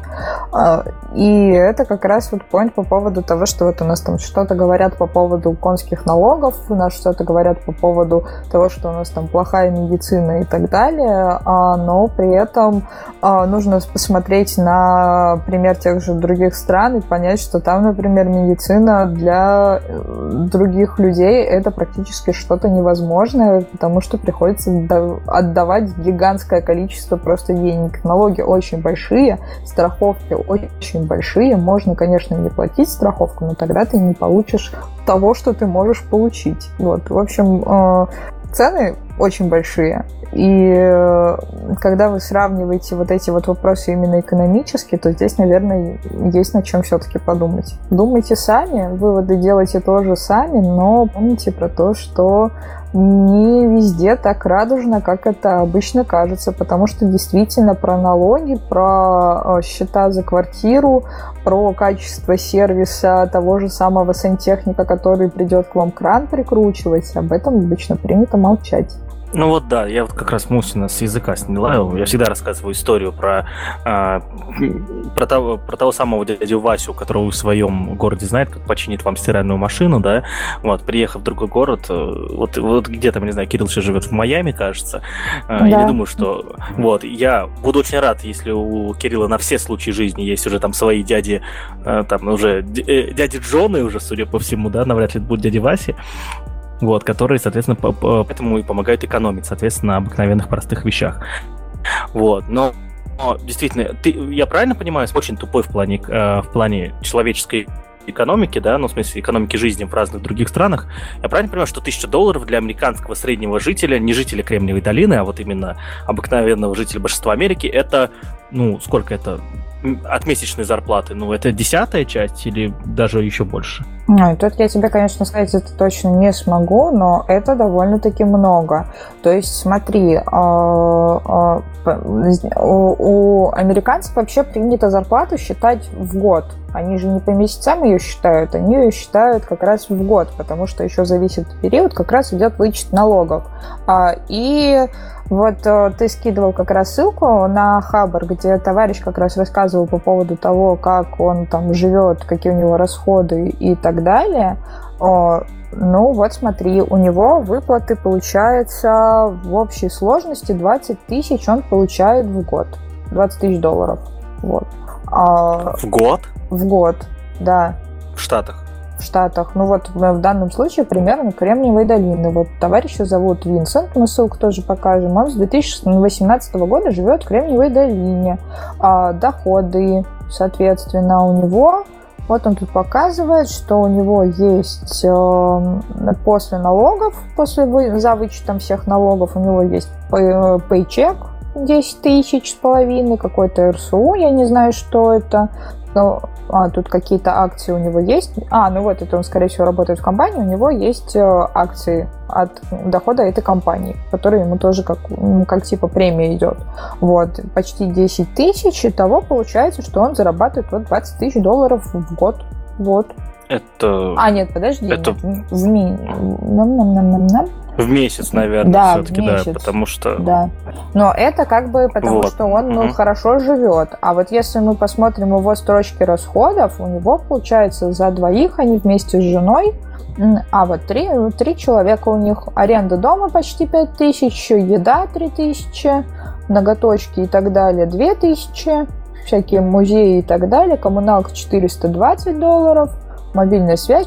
И это как раз вот point по поводу того, что вот у нас там что-то говорят по поводу конских налогов, у нас что-то говорят по поводу того, что у нас там плохая медицина и так далее, но при этом нужно посмотреть на пример тех же других стран и понять, что там, например, медицина для других людей это практически что-то невозможное, потому что приходится отдавать гигантское количество просто денег. Налоги очень большие, страховки очень большие. Можно, конечно, не платить страховку, но тогда ты не получишь того, что ты можешь получить. Вот. В общем, цены очень большие. И когда вы сравниваете вот эти вот вопросы именно экономически, то здесь, наверное, есть над чем все-таки подумать. Думайте сами, выводы делайте тоже сами, но помните про то, что не везде так радужно, как это обычно кажется, потому что действительно про налоги, про счета за квартиру, про качество сервиса того же самого сантехника, который придет к вам кран прикручивать, об этом обычно принято молчать. Ну вот да, я вот как раз Мусина с языка сняла. Я всегда рассказываю историю про того самого дядю Васю, которого в своем городе знает, как починить вам стиральную машину, да. Вот, приехав в другой город, вот где-то, не знаю, Кирилл сейчас живет в Майами, кажется. Да. Я не думаю, что... Вот, я буду очень рад, если у Кирилла на все случаи жизни есть уже там свои дяди, там уже дяди Джоны уже, судя по всему, да, навряд ли это будут дяди Васи. Вот, которые, соответственно, поэтому и помогают экономить, соответственно, на обыкновенных простых вещах. Вот, но действительно, я правильно понимаю, очень тупой в плане человеческой экономики, да, ну, в смысле, экономики жизни в разных других странах. Я правильно понимаю, что $1000 для американского среднего жителя, не жителя Кремниевой долины, а вот именно обыкновенного жителя большинства Америки, это, ну, сколько это от месячной зарплаты? Ну, это 10-я часть или даже еще больше? Ну, тут я тебе, конечно, сказать это точно не смогу, но это довольно-таки много. То есть, смотри, у американцев вообще принято зарплату считать в год. Они же не по месяцам ее считают, они ее считают как раз в год, потому что еще зависит период, как раз идет вычет налогов. И вот ты скидывал как раз ссылку на Хабр, где товарищ как раз рассказывал по поводу того, как он там живет, какие у него расходы и так далее. Ну вот смотри, у него выплаты получается в общей сложности 20 тысяч он получает в год. $20 000. Вот. В год? В год, да. В Штатах? В Штатах. Ну вот в данном случае примерно Кремниевой долины. Вот товарища зовут Винсент, мы ссылку тоже покажем. Он с 2018 года живет в Кремниевой долине. Доходы, соответственно, у него... Вот он тут показывает, что у него есть после налогов, за вычетом всех налогов, у него есть пейчек 10 тысяч с половиной, какой-то РСУ, я не знаю, что это. Тут какие-то акции у него есть. Ну вот, это он, скорее всего, работает в компании. У него есть акции от дохода этой компании, которые ему тоже как типа премия идет. Вот, почти 10 тысяч. Итого получается, что он зарабатывает вот $20 000 в год. Вот. Это... Нет, подожди. Это... В месяц, наверное, да, все-таки, в месяц. Да, потому что... Да, но это как бы потому, вот. Что он хорошо живет. А вот если мы посмотрим его строчки расходов, у него получается за двоих, они вместе с женой, вот три человека у них, аренда дома почти 5 тысяч, еда 3 тысячи, ноготочки и так далее 2 тысячи, всякие музеи и так далее, коммуналка $420, мобильная связь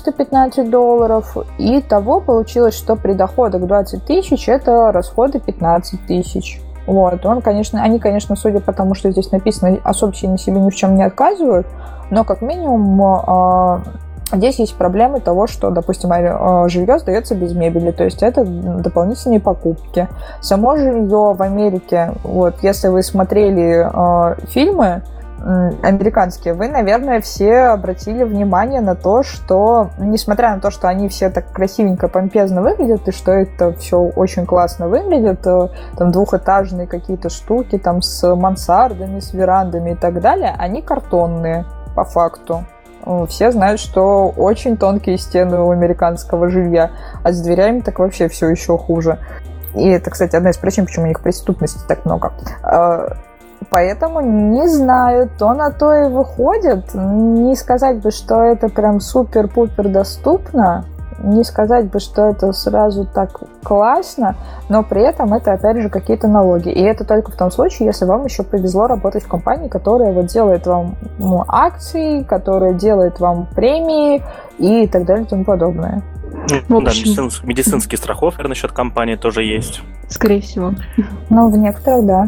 $415, и того получилось, что при доходах 20 тысяч это расходы 15 тысяч. Вот, они, конечно, судя по тому, что здесь написано, особо сильно себе ни в чем не отказывают, но как минимум здесь есть проблемы того, что, допустим, жилье сдается без мебели, то есть это дополнительные покупки. Само жилье в Америке, вот, если вы смотрели фильмы американские, вы, наверное, все обратили внимание на то, что, несмотря на то, что они все так красивенько, помпезно выглядят, и что это все очень классно выглядит, там двухэтажные какие-то штуки, там с мансардами, с верандами и так далее, они картонные, по факту. Все знают, что очень тонкие стены у американского жилья, а с дверями так вообще все еще хуже. И это, кстати, одна из причин, почему у них преступности так много. Поэтому не знаю, то на то и выходит. Не сказать бы, что это прям супер-пупер доступно, не сказать бы, что это сразу так классно, но при этом это, опять же, какие-то налоги. И это только в том случае, если вам еще повезло работать в компании, которая вот делает вам акции, которая делает вам премии и так далее и тому подобное. Да, медицинские страховки насчет компании тоже есть. Скорее всего. Ну, в некоторых, да.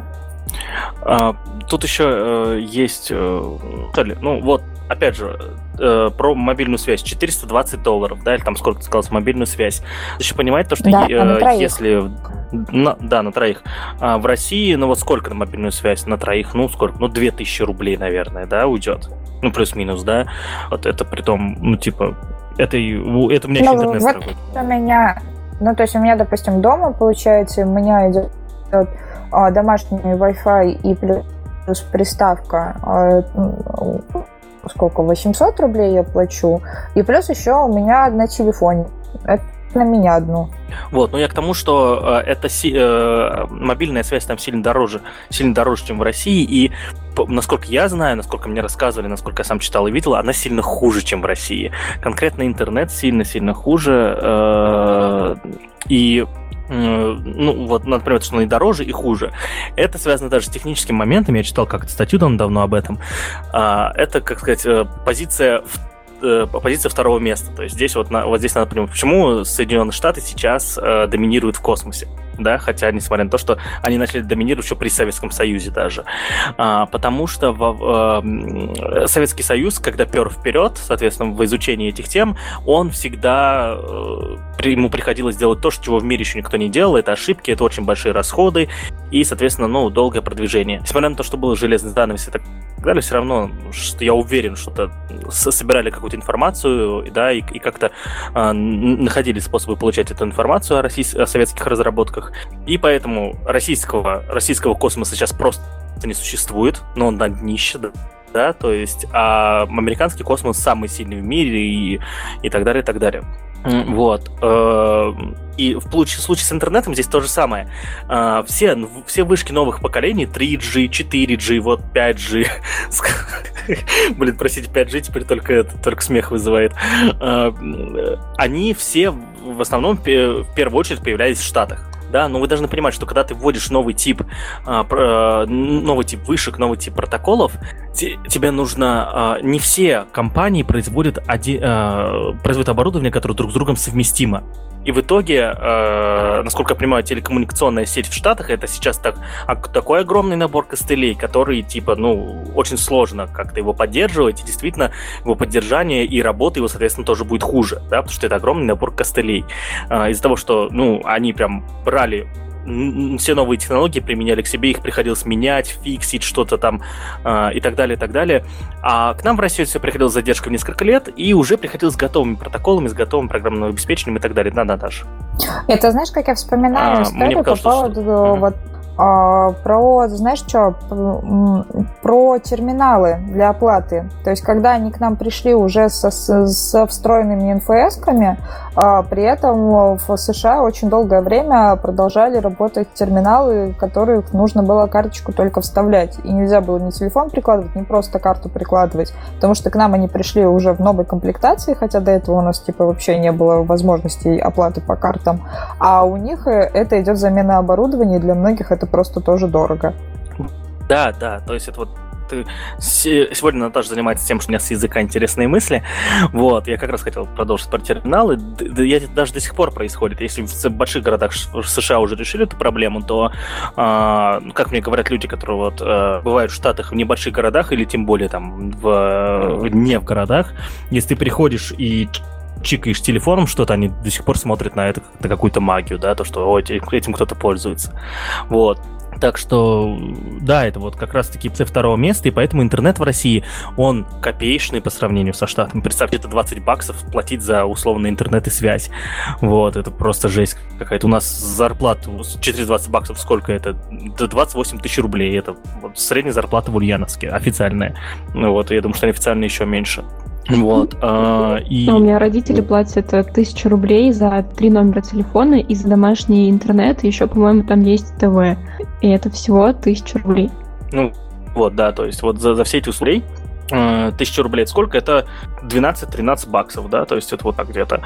Тут еще есть, ну вот, опять же, про мобильную связь $420, да, или там сколько ты сказал, мобильную связь. Ты еще понимаете то, что да, если... на троих. В России, ну вот сколько на мобильную связь? На троих, ну сколько? Ну 2000 рублей, наверное, да, уйдет. Ну плюс-минус, да. Вот это при том, ну типа, это у меня еще интернет вот дорогой. То есть у меня, допустим, дома, получается, у меня идет домашний Wi-Fi и плюс приставка, сколько, 800 рублей я плачу, и плюс еще у меня на телефоне на меня одну. Вот, но я к тому, что мобильная связь там сильно дороже, чем в России, и насколько я знаю, насколько мне рассказывали, насколько я сам читал и видел, она сильно хуже, чем в России. Конкретно интернет сильно-сильно хуже, например, что он и дороже, и хуже. Это связано даже с техническим моментом. Я читал как-то статью давно об этом. Это, как сказать, позиция второго места. То есть здесь здесь надо понимать, почему Соединенные Штаты сейчас доминируют в космосе. Да, хотя, несмотря на то, что они начали доминировать еще при Советском Союзе даже. Потому что Советский Союз, когда пер вперед, соответственно, в изучении этих тем, он всегда ему приходилось делать то, чего в мире еще никто не делал. Это ошибки, это очень большие расходы и, соответственно, долгое продвижение. Несмотря на то, что было железный занавес и так далее, все равно, что я уверен, что собирали какую-то информацию, да, и как-то находили способы получать эту информацию о советских разработках. И поэтому российского космоса сейчас просто не существует, но он на днище, да, то есть, а американский космос самый сильный в мире и так далее, и так далее. Вот. И в случае с интернетом здесь то же самое. Все вышки новых поколений, 3G, 4G, 5G. Блин, простите, 5G теперь только смех вызывает. Они все в основном в первую очередь появлялись в Штатах. Да, но вы должны понимать, что когда ты вводишь новый тип вышек, новый тип протоколов, тебе нужно... не все компании производят оборудование, которое друг с другом совместимо. И в итоге, насколько я понимаю, телекоммуникационная сеть в Штатах — это сейчас такой огромный набор костылей, который, очень сложно как-то его поддерживать, и действительно его поддержание и работа его, соответственно, тоже будет хуже, да, потому что это огромный набор костылей. Из-за того, что, они прям брали все новые технологии, применяли к себе, их приходилось менять, фиксить что-то там и так далее, и так далее. А к нам в Россию все приходилось с задержкой в несколько лет, и уже приходилось с готовыми протоколами, с готовым программным обеспечением и так далее. Да, Наташа. Это знаешь, как я вспоминаю историю по поводу про терминалы для оплаты. То есть, когда они к нам пришли уже со встроенными НФС-ками, при этом в США очень долгое время продолжали работать терминалы, в которых нужно было карточку только вставлять. И нельзя было ни телефон прикладывать, ни просто карту прикладывать, потому что к нам они пришли уже в новой комплектации, хотя до этого у нас вообще не было возможности оплаты по картам. А у них это идет замена оборудования, и для многих это просто тоже дорого. Да, то есть это сегодня Наташа занимается тем, что у меня с языка интересные мысли. Вот, я как раз хотел продолжить про терминалы. Даже до сих пор происходит. Если в больших городах США уже решили эту проблему, то, как мне говорят люди, которые бывают в Штатах, в небольших городах, или тем более там не в городах, если ты приходишь и чикаешь телефоном что-то, они до сих пор смотрят на это как на какую-то магию, да, то, что этим кто-то пользуется. Вот. Так что, да, это как раз-таки второго места, и поэтому интернет в России, он копеечный по сравнению со Штатами. Представьте, это $20 платить за условный интернет и связь. Вот, это просто жесть какая-то. У нас зарплата через $20 сколько это? 28 тысяч рублей. Это средняя зарплата в Ульяновске, официальная. Вот, я думаю, что неофициальная еще меньше. Вот. У меня родители платят 1000 рублей за 3 номера телефона и за домашний интернет, и еще, по-моему, там есть ТВ. И это всего 1000 рублей. То есть за все эти услуги 1000 рублей это сколько? Это 12-13 баксов, да, то есть это так где-то.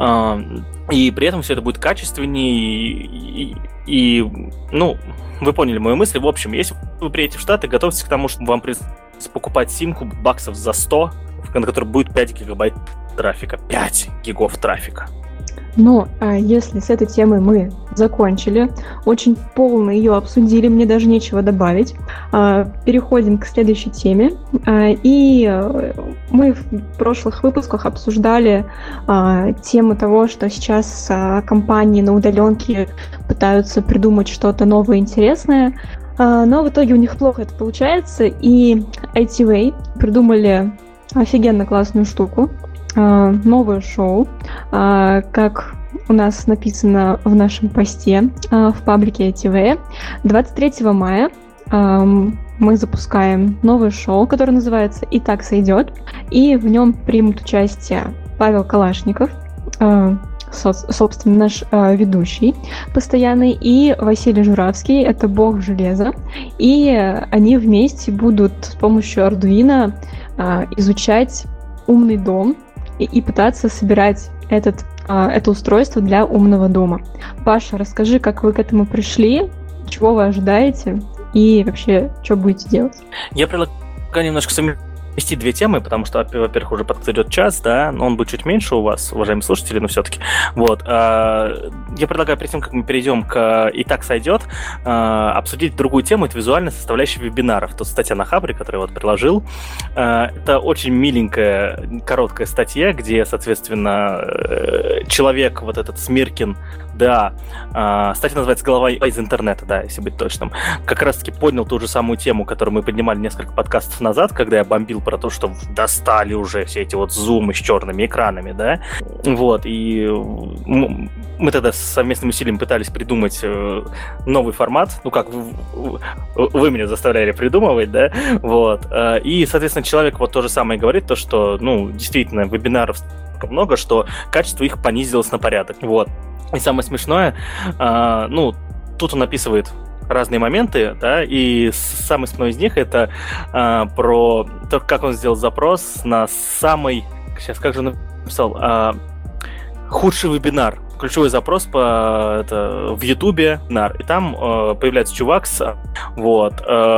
И при этом все это будет качественнее и вы поняли мою мысль. В общем, если вы приедете в Штаты, готовьтесь к тому, что вам придется покупать симку баксов за 100, на которой будет 5 гигабайт трафика. 5 гигов трафика. Если с этой темой мы закончили, очень полно ее обсудили, мне даже нечего добавить, переходим к следующей теме. И мы в прошлых выпусках обсуждали тему того, что сейчас компании на удаленке пытаются придумать что-то новое, интересное, но в итоге у них плохо это получается, и ITV придумали офигенно классную штуку, новое шоу, как у нас написано в нашем посте в паблике ITV. 23 мая мы запускаем новое шоу, которое называется «И так сойдет», и в нем примут участие Павел Калашников, собственно, наш ведущий постоянный, и Василий Журавский, это бог железа. И они вместе будут с помощью Arduino изучать умный дом и пытаться собирать это устройство для умного дома. Паша, расскажи, как вы к этому пришли, чего вы ожидаете и вообще, что будете делать? Я предлагаю немножко совместить две темы, потому что, во-первых, уже подойдет час, да, но он будет чуть меньше у вас, уважаемые слушатели, но все-таки. Вот. Я предлагаю, перед тем, как мы перейдем к «И так сойдет», обсудить другую тему, это визуальная составляющая вебинаров. Тут статья на Хабре, которую я вот приложил. Это очень миленькая, короткая статья, где, соответственно, человек, вот этот Смиркин, да, статья называется «Голова из интернета», да, если быть точным. Как раз-таки поднял ту же самую тему, которую мы поднимали несколько подкастов назад, когда я бомбил про то, что достали уже все эти вот зумы с черными экранами, да. Вот, и мы тогда с совместным усилием пытались придумать новый формат, ну как, вы меня заставляли придумывать, да, вот. И, соответственно, человек вот то же самое говорит, то, что, ну, действительно, вебинаров много, что качество их понизилось на порядок, вот. И самое смешное, ну, тут он описывает разные моменты, да, и самый смешной из них это про то, как он сделал запрос на самый, сейчас как же он написал, худший вебинар. Ключевой запрос в Ютубе, и там появляется чувак вот,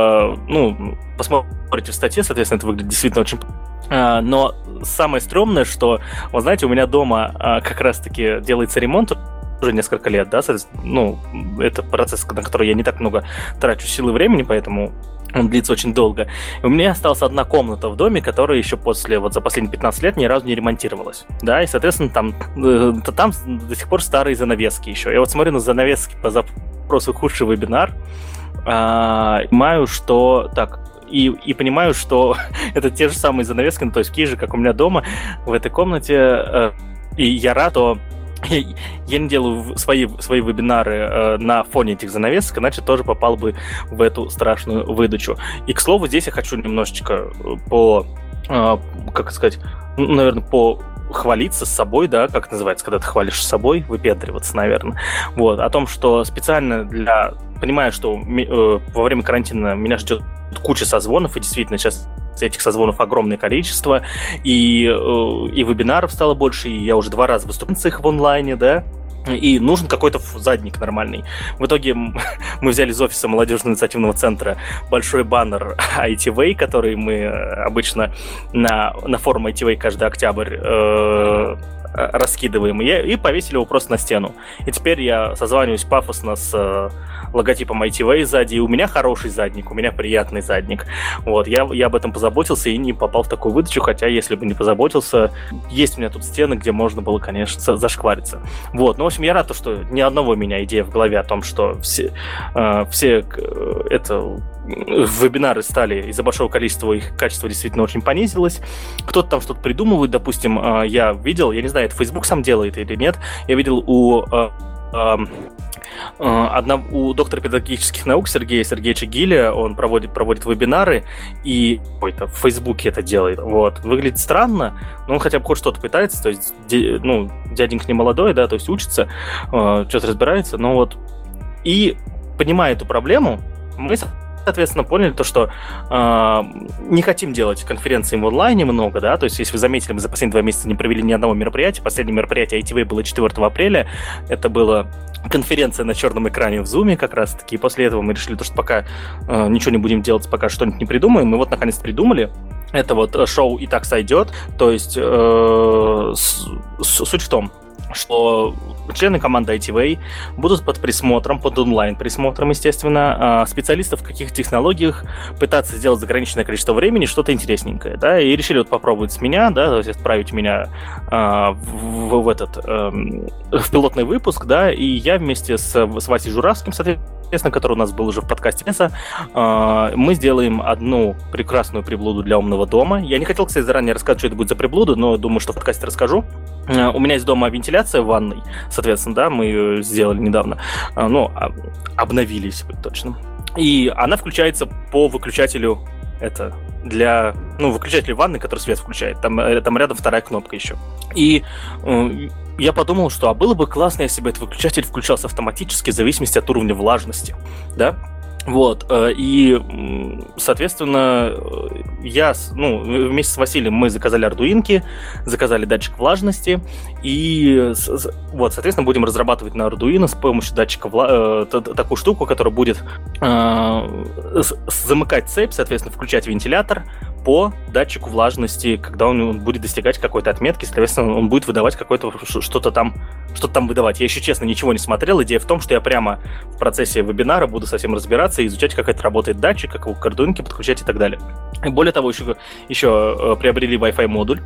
ну, посмотрите в статье, соответственно, это выглядит действительно очень... Но самое стрёмное, что, вот знаете, у меня дома как раз-таки делается ремонт уже несколько лет, да, ну, это процесс, на который я не так много трачу сил и времени, поэтому он длится очень долго. И у меня осталась одна комната в доме, которая еще за последние 15 лет ни разу не ремонтировалась, да, и, соответственно, там до сих пор старые занавески еще. Я вот смотрю на занавески по запросу «Худший вебинар», понимаю, что... И понимаю, что это те же самые занавески, ну, то есть такие же, как у меня дома, в этой комнате, и я рад, что я не делаю свои вебинары на фоне этих занавесок, иначе тоже попал бы в эту страшную выдачу. И, к слову, здесь я хочу немножечко хвалиться с собой, да, как это называется, когда ты хвалишь с собой, выпендриваться, наверное. Вот, о том, что специально понимаю, что во время карантина меня ждет куча созвонов, и действительно сейчас этих созвонов огромное количество, и вебинаров стало больше, и я уже 2 раза выступаю с их в онлайне, да, и нужен какой-то задник нормальный. В итоге мы взяли из офиса молодежного инициативного центра большой баннер ITV, который мы обычно на форум ITV каждый октябрь раскидываем, и повесили его просто на стену. И теперь я созваниваюсь пафосно с логотипом ITV сзади, и у меня хороший задник, у меня приятный задник. Вот, я об этом позаботился и не попал в такую выдачу, хотя, если бы не позаботился, есть у меня тут стены, где можно было, конечно, зашквариться. Вот, ну, в общем, я рад, что ни одного у меня идея в голове о том, что все вебинары стали, из-за большого количества их качество действительно очень понизилось. Кто-то там что-то придумывает, допустим, я видел, я не знаю, это Facebook сам делает или нет, я видел у доктора педагогических наук Сергея Сергеевича Гиля, он проводит вебинары, и в Фейсбуке это делает. Вот. Выглядит странно, но он хотя бы хоть что-то пытается, то есть, дяденька не молодой, да, то есть учится, что-то разбирается, но вот. И понимая эту проблему, мы, соответственно, поняли то, что не хотим делать конференции в онлайне много, да, то есть, если вы заметили, мы за последние 2 месяца не провели ни одного мероприятия. Последнее мероприятие ITV было 4 апреля, это была конференция на черном экране в Zoom как раз-таки, и после этого мы решили, что пока ничего не будем делать, пока что-нибудь не придумаем, мы вот наконец придумали. Это вот шоу «И так сойдет», то есть суть в том, что члены команды ITV будут под присмотром, под онлайн-присмотром, естественно, специалистов в каких технологиях пытаться сделать за ограниченное количество времени что-то интересненькое, да, и решили вот попробовать с меня, да, то есть отправить меня в пилотный выпуск, да, и я вместе с Васей Журавским, соответственно, который у нас был уже в подкасте, мы сделаем одну прекрасную приблуду для умного дома. Я не хотел, кстати, заранее рассказать, что это будет за приблуда, но думаю, что в подкасте расскажу. У меня есть дома вентиляция в ванной, соответственно, да, мы ее сделали недавно, обновили, если быть точным. И она включается по выключателю, выключателю ванны, который свет включает, там рядом 2-я кнопка еще. И я подумал, что было бы классно, если бы этот выключатель включался автоматически в зависимости от уровня влажности, да? Вот, и, соответственно, вместе с Василием мы заказали ардуинки, заказали датчик влажности, и, вот, соответственно, будем разрабатывать на Arduino с помощью датчика такую штуку, которая будет замыкать цепь, соответственно, включать вентилятор по датчику влажности, когда он будет достигать какой-то отметки, соответственно, он будет выдавать что-то там выдавать. Я еще, честно, ничего не смотрел. Идея в том, что я прямо в процессе вебинара буду совсем разбираться и изучать, как это работает датчик, как его к Arduino подключать и так далее. И более того, еще приобрели Wi-Fi модуль.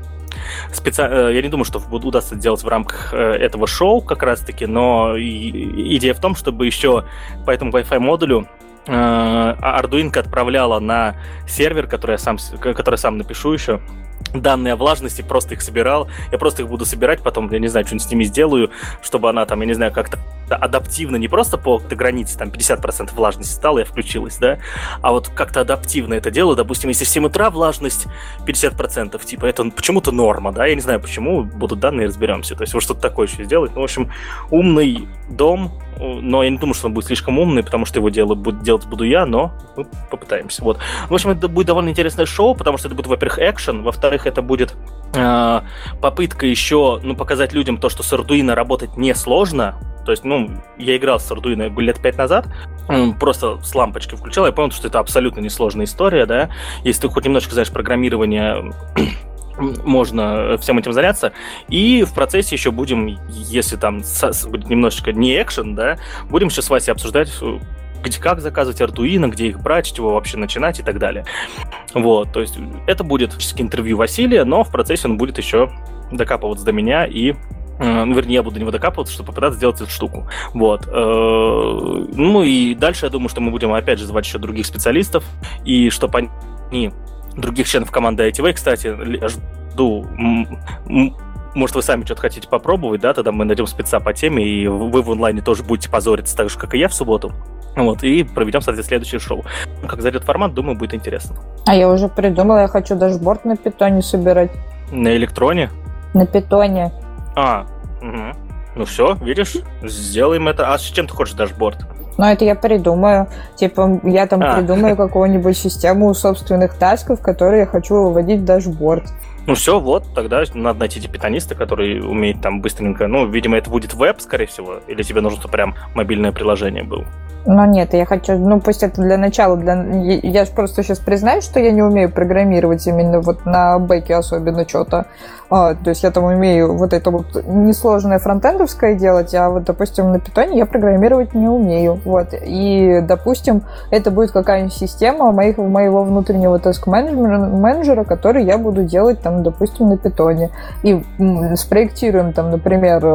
Я не думаю, что удастся сделать в рамках этого шоу как раз-таки, но идея в том, чтобы еще по этому Wi-Fi модулю Arduino отправляла на сервер, который я сам напишу еще, данные о влажности, просто их собирал. Я просто их буду собирать, потом, я не знаю, что-нибудь с ними сделаю, чтобы она там, я не знаю, как-то адаптивно, не просто по границе, там 50% влажности стала и включилась, да, а вот как-то адаптивно это делаю. Допустим, если в 7 утра влажность 50%, типа, это почему-то норма, да, я не знаю почему, будут данные, разберемся. То есть вот что-то такое еще сделать. Ну, в общем, умный дом, но я не думаю, что он будет слишком умный, потому что его делать буду я, но мы попытаемся. Вот. В общем, это будет довольно интересное шоу, потому что это будет, во-первых, экшен, во-вторых, это будет попытка еще, показать людям то, что с Arduino работать несложно. То есть, я играл с Arduino лет 5 назад, просто с лампочкой включал, я понял, что это абсолютно несложная история, да. Если ты хоть немножко знаешь программирование, можно всем этим заняться. И в процессе еще будем, если там будет немножечко не экшен, да, будем еще с Васей обсуждать, как заказывать Arduino, где их брать, с чего вообще начинать и так далее. Вот, то есть это будет фактически интервью Василия, но в процессе он будет еще докапываться до меня и вернее, я буду до него докапываться, чтобы попытаться сделать эту штуку. Вот. И дальше я думаю, что мы будем опять же звать еще других специалистов, и чтобы они других членов команды ITV, кстати, я жду, может, вы сами что-то хотите попробовать, да, тогда мы найдем спеца по теме, и вы в онлайне тоже будете позориться так же, как и я в субботу. Вот, и проведем, соответственно, следующее шоу. Как зайдет формат, думаю, будет интересно. А я уже придумала, я хочу дашборд на питоне собирать. На электроне? На питоне. Угу. Ну все, видишь, сделаем это. А с чем ты хочешь дашборд? Ну, это я придумаю. Типа, я там придумаю какую-нибудь систему собственных тасков, которые я хочу выводить в дашборд. Ну все, вот, тогда надо найти питониста, который умеет там быстренько... видимо, это будет веб, скорее всего, или тебе нужно, чтобы прям мобильное приложение было? Ну нет, я хочу, пусть это для начала, я же просто сейчас признаюсь, что я не умею программировать именно вот на бэке особенно что-то. То есть я там умею вот это вот несложное фронтендовское делать, а вот, допустим, на питоне я программировать не умею. Вот. И, допустим, это будет какая-нибудь система моего внутреннего таск-менеджера, который я буду делать, там, допустим, на питоне. И спроектируем, там, например,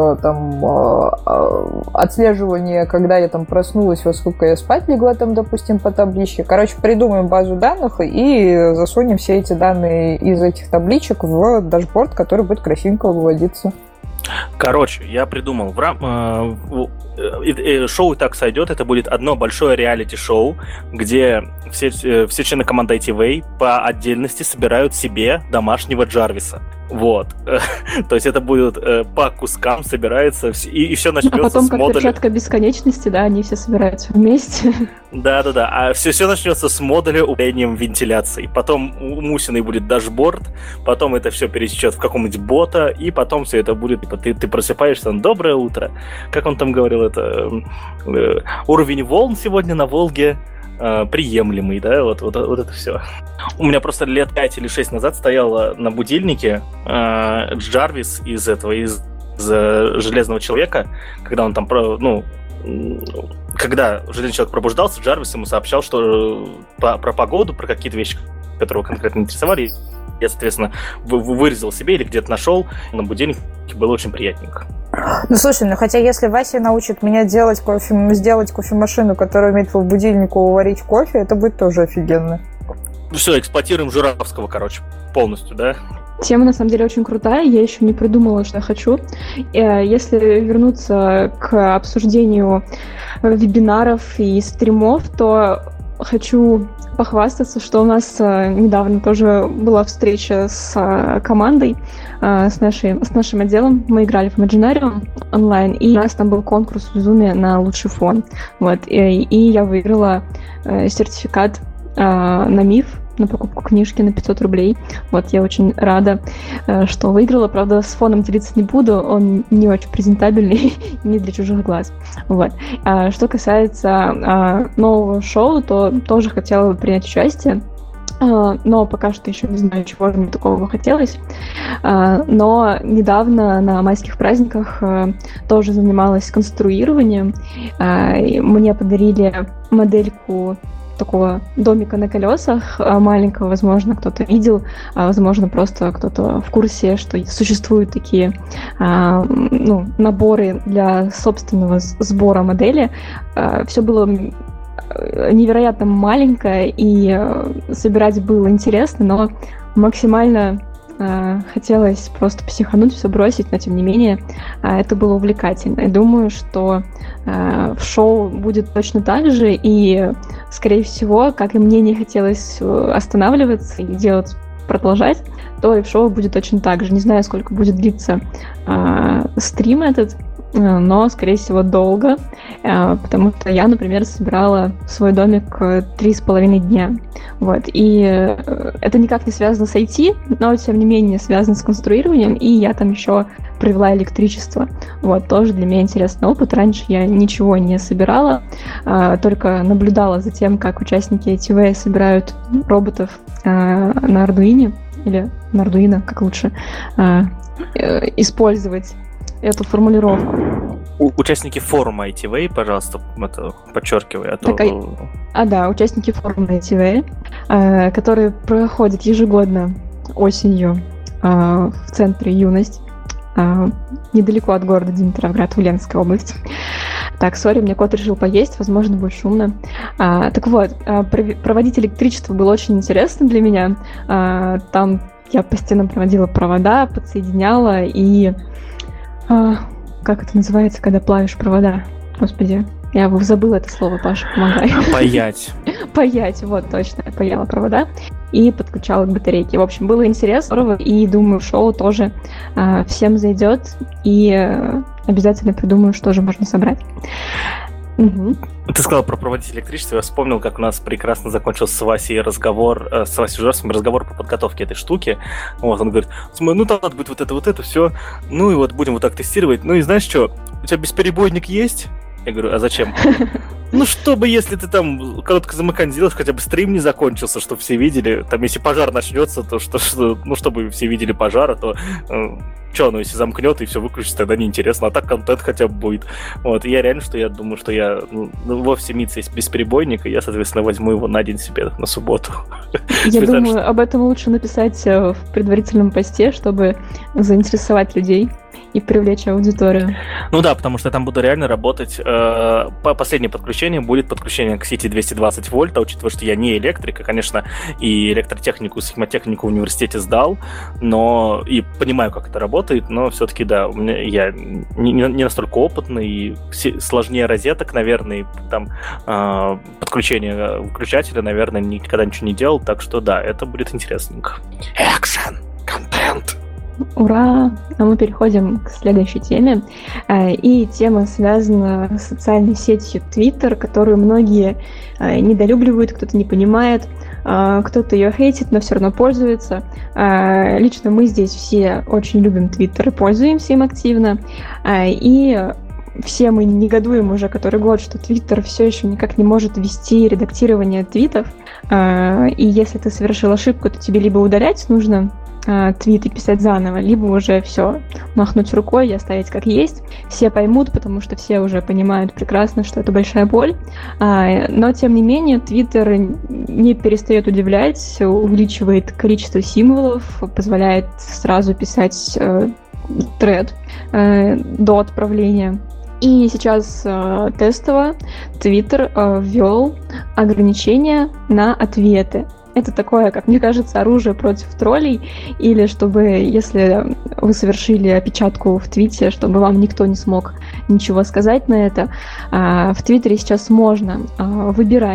отслеживание, когда я там проснулась, во сколько я спать легла, там, допустим, по табличке. Короче, придумаем базу данных и засунем все эти данные из этих табличек в дашборд, который будет красивенько выводиться. Короче, я придумал. Шоу и так сойдет. Это будет одно большое реалити-шоу, где все члены команды ITV по отдельности собирают себе домашнего Джарвиса. Вот. То есть это будет по кускам собирается, и все начнется потом, с модуля. А потом, как перчатка бесконечности, да, они все собираются вместе. Да-да-да. А все начнется с модуля управлением вентиляцией. Потом у Мусиной будет дашборд, потом это все пересечет в каком-нибудь бота, и потом все это будет, типа, ты просыпаешься, доброе утро. Как он там говорил, это уровень волн сегодня на Волге приемлемый, да, вот это все. У меня просто лет 5 или 6 назад стояла на будильнике Джарвис из Железного человека, когда он там, когда Железный человек пробуждался, Джарвис ему сообщал, что про погоду, про какие-то вещи, которые его конкретно интересовали. Я, соответственно, вырезал себе или где-то нашел на будильнике, было очень приятненько. Ну, слушай, хотя если Вася научит меня сделать кофемашину, которая умеет по будильнику варить кофе, это будет тоже офигенно. Все, эксплуатируем Журавского, короче, полностью, да? Тема, на самом деле, очень крутая, я еще не придумала, что я хочу. Если вернуться к обсуждению вебинаров и стримов, то хочу похвастаться, что у нас недавно тоже была встреча с командой, с нашим отделом. Мы играли в Imaginarium онлайн, и у нас там был конкурс в Zoom на лучший фон. Вот. И я выиграла сертификат на МИФ, на покупку книжки на 500 рублей. Вот, я очень рада, что выиграла. Правда, с фоном делиться не буду, он не очень презентабельный, не для чужих глаз. Вот. Что касается нового шоу, то тоже хотела бы принять участие. Но пока что еще не знаю, чего же мне такого бы хотелось. Но недавно на майских праздниках тоже занималась конструированием. Мне подарили модельку такого домика на колесах маленького, возможно, кто-то видел, возможно, просто кто-то в курсе, что существуют такие наборы для собственного сбора модели. Все было невероятно маленькое, и собирать было интересно, но максимально хотелось просто психануть, все бросить, но тем не менее это было увлекательно. И думаю, что в шоу будет точно так же, и, скорее всего, как и мне не хотелось останавливаться и продолжать, то и в шоу будет точно так же. Не знаю, сколько будет длиться стрим этот, но, скорее всего, долго, потому что я, например, собирала свой домик 3,5 дня. Вот. И это никак не связано с IT, но, тем не менее, связано с конструированием, и я там еще провела электричество. Вот, тоже для меня интересный опыт. Раньше я ничего не собирала, только наблюдала за тем, как участники ATV собирают роботов на Arduino, или на Arduino, как лучше использовать эту формулировку. Участники форума ITV, пожалуйста, это подчеркивай. Да, участники форума ITV, которые проходят ежегодно осенью в центре «Юность», недалеко от города Димитровград, Ульяновская область. Так, сори, мне кот решил поесть, возможно, будет шумно. Так вот, проводить электричество было очень интересно для меня. Там я по стенам проводила провода, подсоединяла и... как это называется, когда плавишь провода? Господи, я забыла это слово, Паша, помогай. Паять. Паять, вот, точно. Я паяла провода и подключала к батарейке. В общем, было интересно, здорово, и думаю, шоу тоже всем зайдет, и обязательно придумаю, что же можно собрать. Угу. Ты сказала про проводить электричество, я вспомнил, как у нас прекрасно закончился с Васей разговор по подготовке этой штуки. Вот, он говорит, ну там надо будет вот это, все, ну и вот будем вот так тестировать. Ну и знаешь что, у тебя бесперебойник есть? Я говорю, а зачем? Ну, чтобы, если ты там короткое замыкание сделаешь, хотя бы стрим не закончился, чтобы все видели. Там, если пожар начнется, то чтобы все видели пожар, то если замкнет и все выключится, тогда неинтересно. А так контент хотя бы будет. Вот, и я реально, я думаю, что я вовсе Митца есть бесперебойник, и я, соответственно, возьму его на день себе на субботу. Я думаю, об этом лучше написать в предварительном посте, чтобы заинтересовать людей и привлечь аудиторию. Ну да, потому что я там буду реально работать. Последнее подключение будет подключение к сети 220 вольт, а учитывая, что я не электрик, и, конечно, и электротехнику, схемотехнику в университете сдал, но и понимаю, как это работает, но все-таки, да, я не настолько опытный, и сложнее розеток, наверное, и там подключение выключателя, наверное, никогда ничего не делал, так что да, это будет интересненько. Экшен! Контент! Ура! А мы переходим к следующей теме. И тема связана с социальной сетью Twitter, которую многие недолюбливают, кто-то не понимает, кто-то ее хейтит, но все равно пользуется. Лично мы здесь все очень любим Twitter и пользуемся им активно. И все мы негодуем уже который год, что Twitter все еще никак не может вести редактирование твитов. И если ты совершил ошибку, то тебе либо удалять нужно твит и писать заново, либо уже все, махнуть рукой и оставить как есть. Все поймут, потому что все уже понимают прекрасно, что это большая боль. Но, тем не менее, Twitter не перестает удивлять, увеличивает количество символов, позволяет сразу писать тред до отправления. И сейчас тестово Twitter ввел ограничения на ответы. Это такое, как мне кажется, оружие против троллей, или чтобы, если вы совершили опечатку в твите, чтобы вам никто не смог ничего сказать на это. В Твиттере сейчас можно выбирать,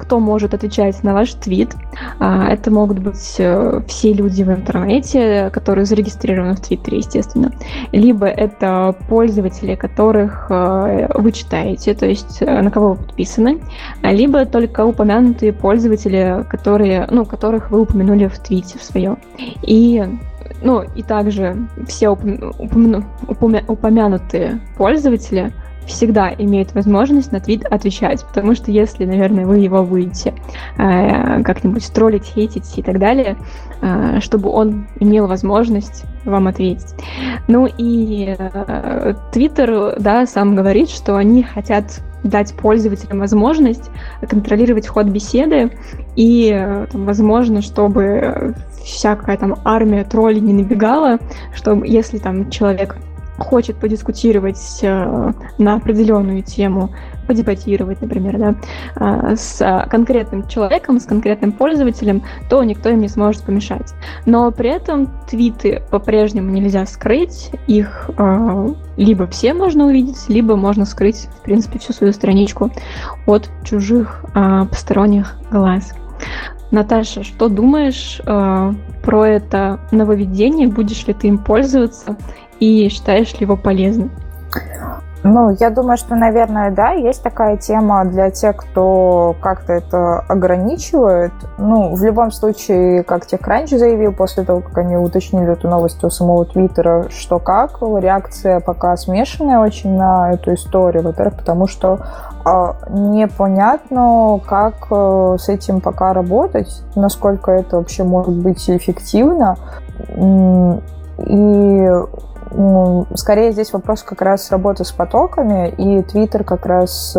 кто может отвечать на ваш твит. Это могут быть все люди в интернете, которые зарегистрированы в Твиттере, естественно. Либо это пользователи, которых вы читаете, то есть на кого вы подписаны. Либо только упомянутые пользователи, которых вы упомянули в твите в своем. И также все упомянутые пользователи всегда имеют возможность на твит отвечать, потому что если, наверное, вы его будете как-нибудь троллить, хейтить и так далее, чтобы он имел возможность вам ответить. Ну и Твиттер, да, сам говорит, что они хотят дать пользователям возможность контролировать ход беседы и, возможно, чтобы всякая там армия троллей не набегала, чтобы если там человек хочет подискутировать на определенную тему, подебатировать, например, да, с конкретным человеком, с конкретным пользователем, то никто им не сможет помешать. Но при этом твиты по-прежнему нельзя скрыть, их либо все можно увидеть, либо можно скрыть, в принципе, всю свою страничку от чужих посторонних глаз. Наташа, что думаешь про это нововведение? Будешь ли ты им пользоваться? И считаешь ли его полезным? Я думаю, что, наверное, да, есть такая тема для тех, кто как-то это ограничивает. В любом случае, как TechCrunch заявил после того, как они уточнили эту новость у самого Твиттера, что как, реакция пока смешанная очень на эту историю. Во-первых, потому что непонятно, как с этим пока работать, насколько это вообще может быть эффективно. И скорее здесь вопрос как раз работы с потоками, и Twitter как раз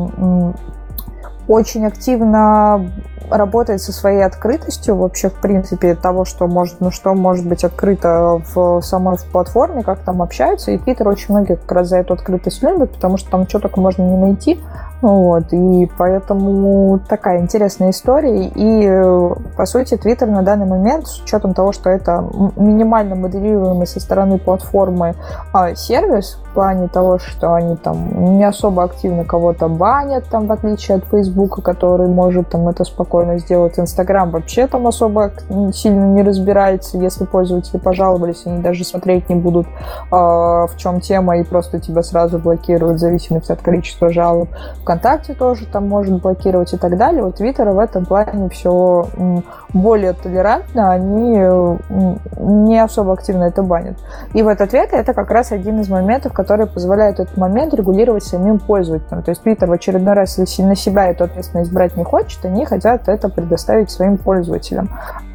очень активно работает со своей открытостью вообще, в принципе, того, что может быть открыто в самой платформе, как там общаются, и Twitter очень многие как раз за эту открытость любят, потому что там что только можно не найти. И поэтому такая интересная история. И, по сути, Twitter на данный момент, с учетом того, что это минимально моделируемый со стороны платформы сервис, в плане того, что они там не особо активно кого-то банят, там, в отличие от Facebook, который может там это спокойно сделать. Instagram вообще там особо сильно не разбирается. Если пользователи пожаловались, они даже смотреть не будут, в чем тема, и просто тебя сразу блокируют в зависимости от количества жалоб. ВКонтакте тоже там может блокировать и так далее. Твиттер в этом плане все более толерантно, они не особо активно это банят. И вот ответ это как раз один из моментов, который позволяет этот момент регулировать самим пользователям. То есть Твиттер в очередной раз, если на себя эту ответственность брать не хочет, они хотят это предоставить своим пользователям.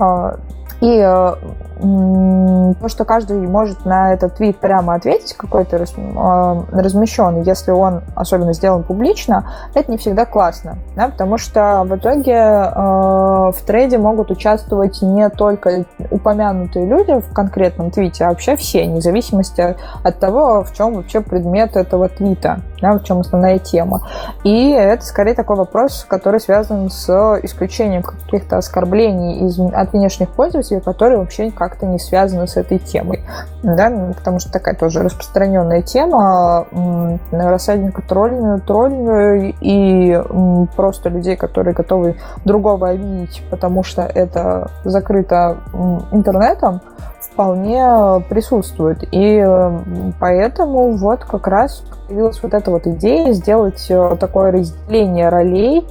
И то, что каждый может на этот твит прямо ответить, какой-то размещенный, если он особенно сделан публично, это не всегда классно, да, потому что в итоге в трейде могут участвовать не только упомянутые люди в конкретном твите, а вообще все, вне зависимости от того, в чем вообще предмет этого твита, да, в чем основная тема. И это скорее такой вопрос, который связан с исключением каких-то оскорблений от внешних пользователей, которые вообще как-то не связаны с этой темой, да, потому что такая тоже распространенная тема рассадника троллинга и просто людей, которые готовы другого обидеть, потому что это закрыто интернетом, вполне присутствует. И поэтому вот как раз появилась вот эта вот идея сделать такое разделение ролей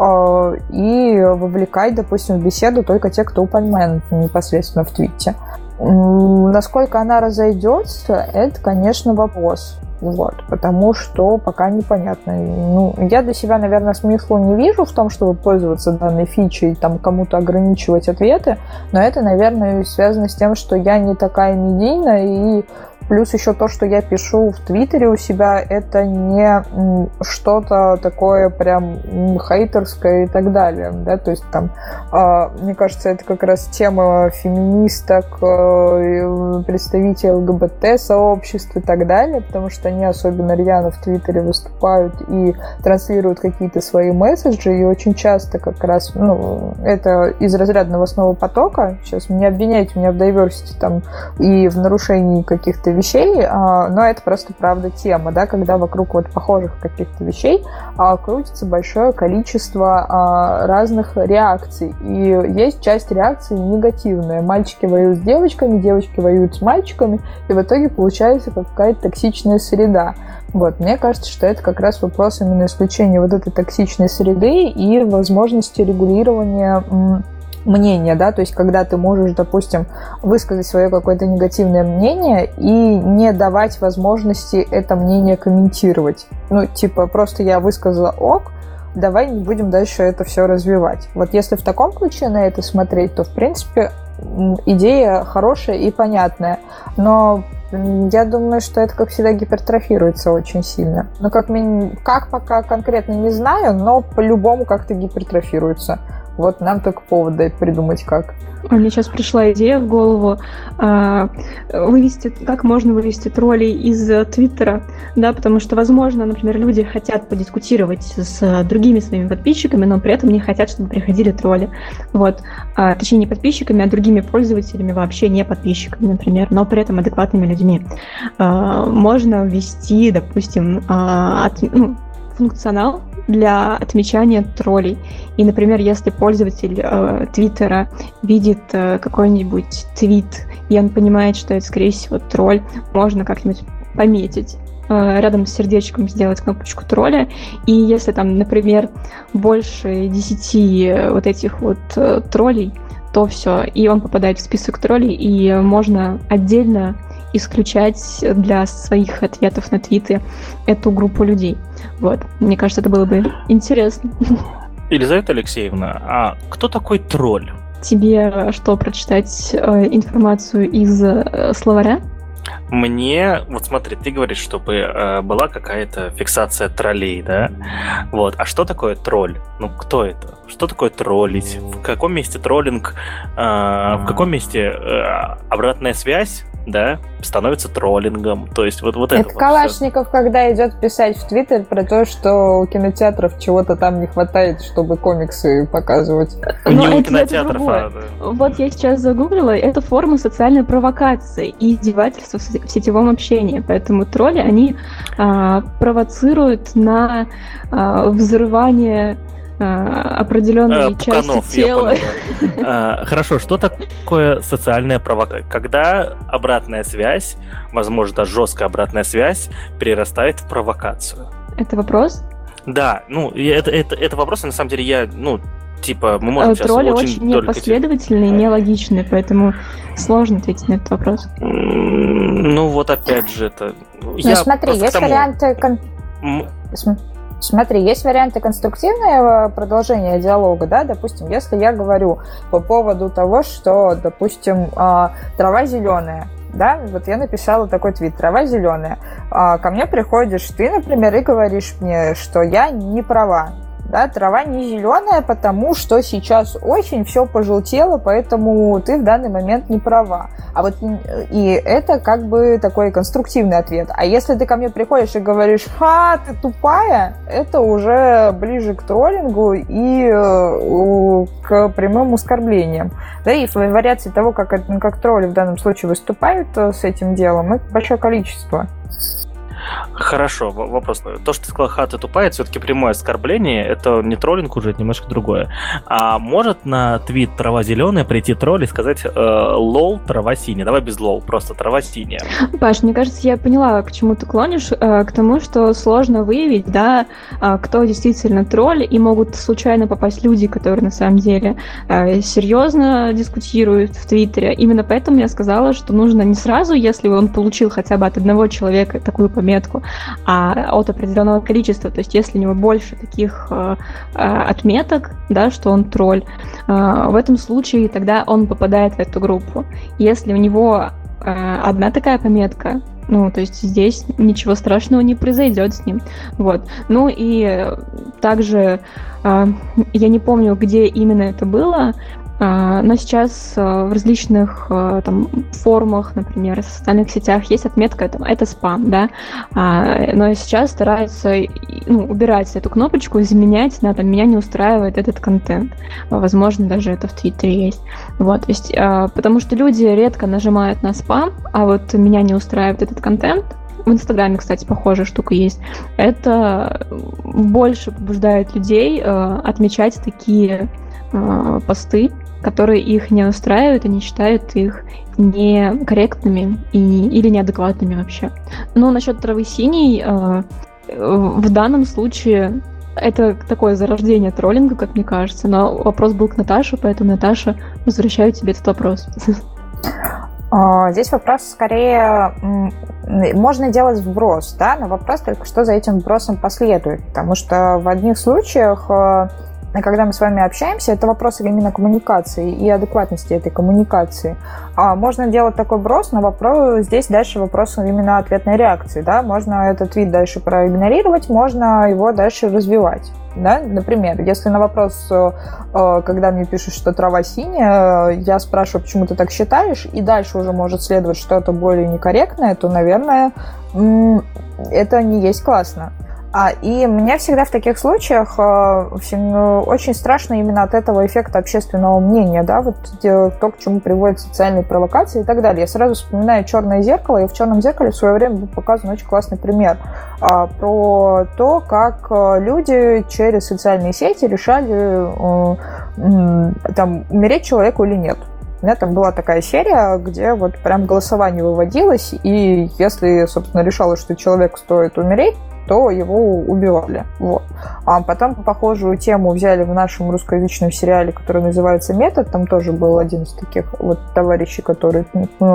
и вовлекать, допустим, в беседу только те, кто упомянут непосредственно в твите. Насколько она разойдется, это, конечно, вопрос. Потому что пока непонятно. Я для себя, наверное, смысла не вижу в том, чтобы пользоваться данной фичей, там кому-то ограничивать ответы, но это, наверное, связано с тем, что я не такая медийная, и плюс еще то, что я пишу в Твиттере у себя, это не что-то такое прям хейтерское и так далее, да, то есть там, мне кажется, это как раз тема феминисток, представителей ЛГБТ-сообществ и так далее, потому что они особенно рьяно в Твиттере выступают и транслируют какие-то свои месседжи, и очень часто как раз, это из разряда новостного потока, сейчас не обвиняйте меня в diversity там и в нарушении каких-то вещей, но это просто правда тема, да, когда вокруг вот похожих каких-то вещей крутится большое количество разных реакций. И есть часть реакций негативная. Мальчики воюют с девочками, девочки воюют с мальчиками, и в итоге получается какая-то токсичная среда. Вот, мне кажется, что это как раз вопрос именно исключения вот этой токсичной среды и возможности регулирования мнения, да, то есть когда ты можешь, допустим, высказать свое какое-то негативное мнение и не давать возможности это мнение комментировать. Ну, типа, просто я высказала ок, давай не будем дальше это все развивать. Вот если в таком ключе на это смотреть, то, в принципе, идея хорошая и понятная, но я думаю, что это, как всегда, гипертрофируется очень сильно. Но как пока конкретно не знаю, но по-любому как-то гипертрофируется. Вот нам только повод дать придумать как. Мне сейчас пришла идея в голову, как можно вывести троллей из Твиттера, да, потому что, возможно, например, люди хотят подискутировать с другими своими подписчиками, но при этом не хотят, чтобы приходили тролли. Вот. Точнее, не подписчиками, а другими пользователями, вообще не подписчиками, например, но при этом адекватными людьми. Можно ввести, допустим, функционал для отмечания троллей. И, например, если пользователь Твиттера видит какой-нибудь твит, и он понимает, что это, скорее всего, тролль, можно как-нибудь пометить, рядом с сердечком сделать кнопочку тролля. И если там, например, больше 10 вот этих вот троллей, то все, и он попадает в список троллей, и можно отдельно исключать для своих ответов на твиты эту группу людей. Вот. Мне кажется, это было бы интересно. Елизавета Алексеевна, а кто такой тролль? Тебе что, прочитать информацию из словаря? Мне, вот смотри, ты говоришь, чтобы была какая-то фиксация троллей, да? Вот. А что такое тролль? Ну, кто это? Что такое троллить? В каком месте троллинг? В каком месте обратная связь, да, становится троллингом? То есть вот это вот Калашников, все. Когда идет писать в Твиттер про то, что у кинотеатров чего-то там не хватает, чтобы комиксы показывать. Не у кинотеатров, Вот я сейчас загуглила, это форма социальной провокации и издевательства в сетевом общении. Поэтому тролли, они провоцируют на взрывание определенной части тела. Хорошо, что такое социальная провокация? Когда обратная связь, возможно, даже жесткая обратная связь, перерастает в провокацию. Это вопрос? Да, это вопрос, на самом деле, мы можем сейчас тролли очень непоследовательные и нелогичные, поэтому сложно ответить на этот вопрос. Ну вот опять же это... Смотри, есть варианты... Смотри, есть варианты конструктивного продолжения диалога, да, допустим, если я говорю по поводу того, что, допустим, трава зеленая, да, вот я написала такой твит, трава зеленая, ко мне приходишь ты, например, и говоришь мне, что я не права. Да, трава не зеленая, потому что сейчас осень, все пожелтело, поэтому ты в данный момент не права. А вот и это как бы такой конструктивный ответ. А если ты ко мне приходишь и говоришь, ты тупая, это уже ближе к троллингу и к прямым оскорблениям. Да, и вариаций того, как тролли в данном случае выступают с этим делом, их большое количество. Хорошо, вопрос. То, что ты сказал, ты тупая, это все-таки прямое оскорбление, это не троллинг уже, это немножко другое. А может на твит «трава зеленая» прийти тролль и сказать «лол, трава синяя»? Давай без лол, просто «трава синяя». Паш, мне кажется, я поняла, к чему ты клонишь, к тому, что сложно выявить, да, кто действительно тролль, и могут случайно попасть люди, которые на самом деле серьезно дискутируют в Твиттере. Именно поэтому я сказала, что нужно не сразу, если он получил хотя бы от одного человека такую пометку, а от определенного количества. То есть если у него больше таких отметок, да, что он тролль, в этом случае тогда он попадает в эту группу. Если у него одна такая пометка, то есть здесь ничего страшного не произойдет с ним. Вот. Ну и также я не помню, где именно это было, Но сейчас в различных там форумах, например, в социальных сетях есть отметка, это спам, да, но сейчас стараются убирать эту кнопочку и заменять на «меня не устраивает этот контент». Возможно, даже это в Твиттере есть. Вот, то есть, потому что люди редко нажимают на спам, а вот «меня не устраивает этот контент», в Инстаграме, кстати, похожая штука есть. Это больше побуждает людей отмечать такие посты, которые их не устраивают, они считают их некорректными или неадекватными вообще. Но насчет травы синей, в данном случае это такое зарождение троллинга, как мне кажется, но вопрос был к Наташе, поэтому, Наташа, возвращаю тебе этот вопрос. Здесь вопрос скорее, можно делать вброс, да, но вопрос только, что за этим вбросом последует, потому что в одних случаях, когда мы с вами общаемся, это вопрос именно коммуникации и адекватности этой коммуникации. Можно делать такой вброс, но здесь дальше вопрос именно ответной реакции, да, можно этот твит дальше проигнорировать, можно его дальше развивать. Да? Например, если на вопрос, когда мне пишут, что трава синяя, я спрашиваю, почему ты так считаешь, и дальше уже может следовать что-то более некорректное, то, наверное, это не есть классно. И мне всегда в таких случаях очень страшно именно от этого эффекта общественного мнения, да, вот то, к чему приводят социальные провокации и так далее. Я сразу вспоминаю «Черное зеркало», и в «Черном зеркале» в свое время был показан очень классный пример про то, как люди через социальные сети решали, там, умереть человеку или нет. У меня там была такая серия, где вот прям голосование выводилось, и если, собственно, решалось, что человеку стоит умереть, то его убивали. Вот. А потом похожую тему взяли в нашем русскоязычном сериале, который называется «Метод». Там тоже был один из таких вот товарищей, которые,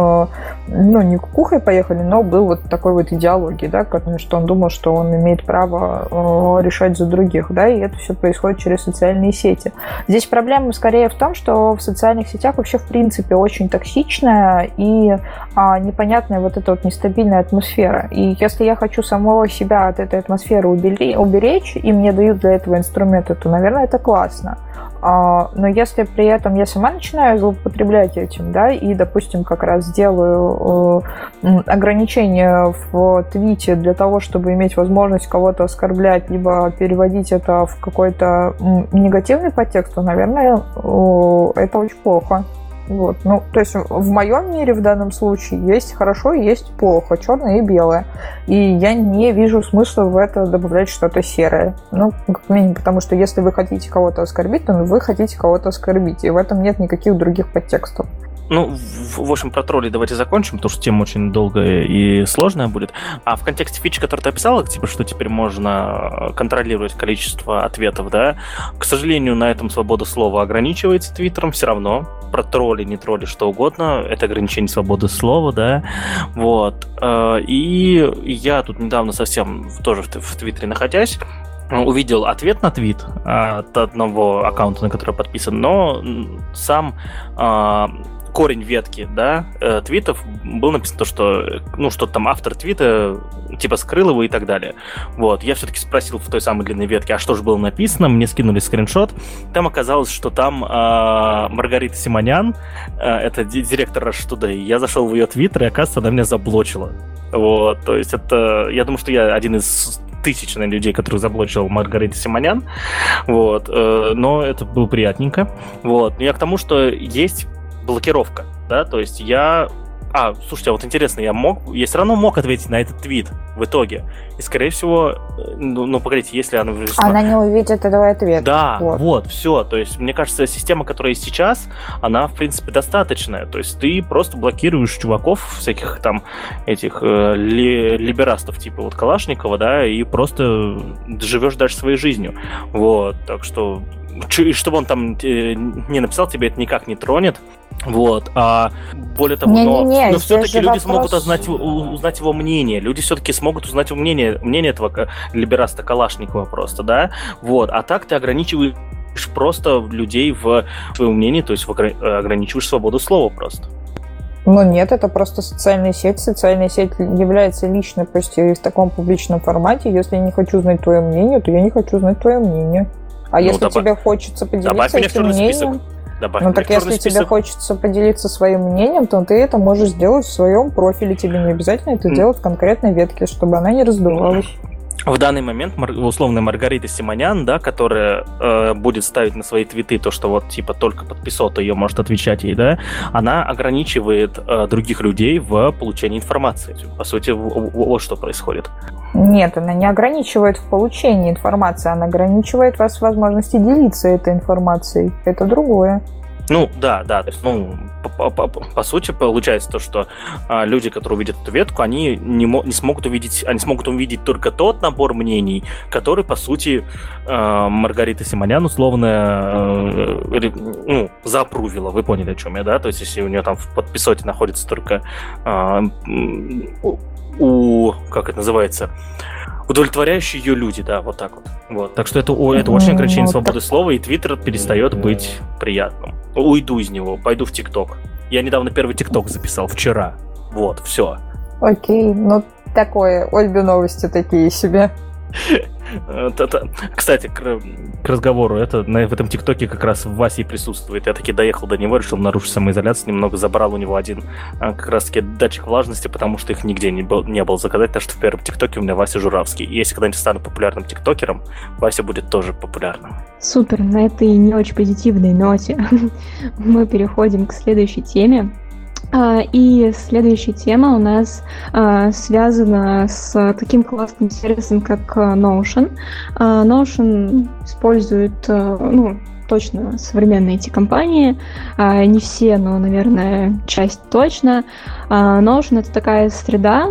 не кукухой поехали, но был вот такой вот идеологии, да, что он думал, что он имеет право решать за других, да, и это все происходит через социальные сети. Здесь проблема скорее в том, что в социальных сетях вообще в принципе очень токсичная и непонятная вот эта вот нестабильная атмосфера. И если я хочу самого себя от этой атмосферы уберечь, и мне дают для этого инструменты, то, наверное, это классно. Но если при этом я сама начинаю злоупотреблять этим, да, и, допустим, как раз делаю ограничения в твите для того, чтобы иметь возможность кого-то оскорблять, либо переводить это в какой-то негативный подтекст, то, наверное, это очень плохо. Вот. Ну, то есть в моем мире в данном случае есть хорошо и есть плохо, черное и белое. И я не вижу смысла в это добавлять что-то серое. Ну, как минимум, потому что если вы хотите кого-то оскорбить, то вы хотите кого-то оскорбить. И в этом нет никаких других подтекстов. Ну, в общем, про троллей давайте закончим, потому что тема очень долгая и сложная будет. А в контексте фичи, которую ты описала, типа, что теперь можно контролировать количество ответов, да, к сожалению, на этом свобода слова ограничивается Твиттером все равно. Про тролли, не тролли, что угодно. Это ограничение свободы слова, да. Вот. И я тут недавно совсем тоже в Твиттере находясь, увидел ответ на твит от одного аккаунта, на который подписан, но сам корень ветки, да, твитов был написано то, что, что там автор твита типа скрыл его и так далее. Вот, я все-таки спросил в той самой длинной ветке, а что же было написано, мне скинули скриншот, там оказалось, что там Маргарита Симонян, это директор Rush Today, я зашел в ее твиттер, и, оказывается, она меня заблочила. Вот, то есть это, я думаю, что я один из тысяч людей, которых заблочил Маргарита Симонян, вот, но это было приятненько. Вот, но я к тому, что есть блокировка, да, то есть я... слушайте, а вот интересно, я все равно мог ответить на этот твит в итоге. И, скорее всего, погодите, если она... Она не увидит этого ответа. Да, вот, все. То есть, мне кажется, система, которая есть сейчас, она, в принципе, достаточная. То есть, ты просто блокируешь чуваков, всяких там, этих либерастов, типа вот Калашникова, да, и просто живешь дальше своей жизнью. Вот, так что... чтобы он там не написал, тебе это никак не тронет. Вот, более того, но все-таки люди смогут узнать его мнение. Люди все-таки смогут узнать его мнение этого либераста Калашникова просто, да. Вот, а так ты ограничиваешь просто людей в своем мнении, то есть ограничиваешь свободу слова просто. Ну нет, это просто социальная сеть. Социальная сеть является личной, пусть и в таком публичном формате. Если я не хочу знать твое мнение, то я не хочу знать твое мнение. А если тебе хочется поделиться этим мнением... добавим Ну так лекторный если тебе список. хочется поделиться своим мнением, то ты это можешь сделать в своем профиле. Тебе не обязательно это делать в конкретной ветке, чтобы она не раздувалась. В данный момент условная Маргарита Симонян, да, которая будет ставить на свои твиты то, что вот типа только подписота ее может отвечать ей, да, она ограничивает других людей в получении информации. По сути, вот что происходит. Нет, она не ограничивает в получении информации, она ограничивает вас в возможности делиться этой информацией. Это другое. Ну, да, то есть, по сути, получается то, что люди, которые увидят эту ветку, они не смогут увидеть, они смогут увидеть только тот набор мнений, который, по сути, Маргарита Симонян условно заапрувила. Вы поняли, о чем я, да? То есть, если у нее там в подписоте находится только как это называется, удовлетворяющие ее люди, да, вот так вот. Так что это очень ограничение свободы слова, и Твиттер перестает быть приятным. Уйду из него, пойду в ТикТок. Я недавно первый ТикТок записал, вчера. Вот, все. Окей, ну такое, Ольбе новости такие себе. Кстати, к разговору, в этом ТикТоке как раз Вася и присутствует. Я таки доехал до него, решил нарушить самоизоляцию, немного забрал у него один как раз таки датчик влажности, потому что их нигде не было заказать, так что в первом ТикТоке у меня Вася Журавский. И если когда-нибудь стану популярным ТикТокером, Вася будет тоже популярным. Супер, на этой не очень позитивной ноте мы переходим к следующей теме. И следующая тема у нас связана с таким классным сервисом, как Notion. Notion использует, точно современные IT-компании. Не все, но, наверное, часть точно. Notion — это такая среда,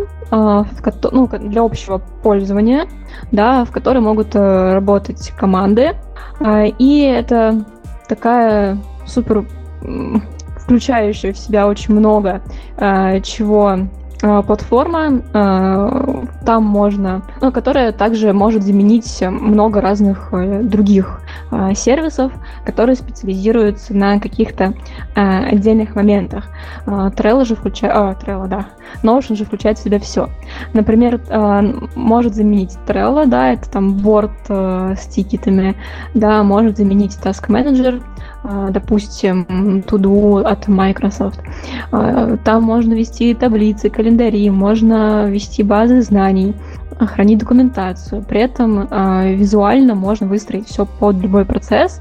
для общего пользования, да, в которой могут работать команды. И это такая супер включающая в себя очень много чего платформа, там можно, которая также может заменить много разных других сервисов, которые специализируются на каких-то отдельных моментах. Notion же включает в себя все. Например, может заменить Trello, да, это там board с тикетами, да, может заменить Task Manager, допустим, To-Do от Microsoft. Там можно вести таблицы, календари, можно вести базы знаний, хранить документацию. При этом визуально можно выстроить все под любой процесс.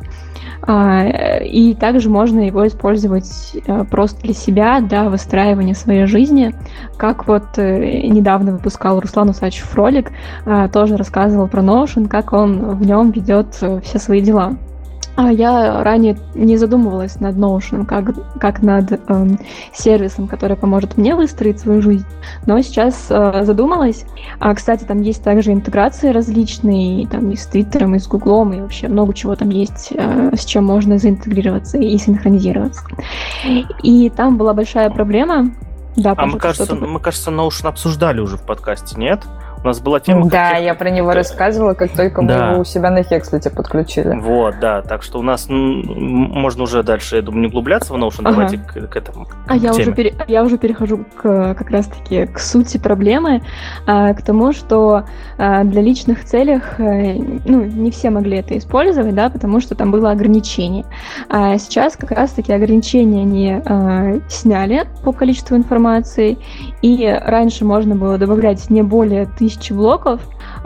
И также можно его использовать просто для себя, для выстраивания своей жизни. Как вот недавно выпускал Руслан Усачев ролик, тоже рассказывал про Notion, как он в нем ведет все свои дела. Я ранее не задумывалась над Notion, как над сервисом, который поможет мне выстроить свою жизнь, но сейчас задумалась. Кстати, там есть также интеграции различные, там и с Твиттером, и с Гуглом, и вообще много чего там есть, с чем можно заинтегрироваться и синхронизироваться. И там была большая проблема. Да, мы, кажется, Notion обсуждали уже в подкасте, нет? У нас была тема... Да, я про него рассказывала, как только мы его у себя на Хекслете подключили. Вот, да, так что у нас можно уже дальше, я думаю, не углубляться в Notion, давайте к этому. Я уже перехожу как раз-таки к сути проблемы, к тому, что для личных целях не все могли это использовать, да, потому что там было ограничение. А сейчас как раз-таки ограничения они сняли по количеству информации, и раньше можно было добавлять не более 1000 блоков,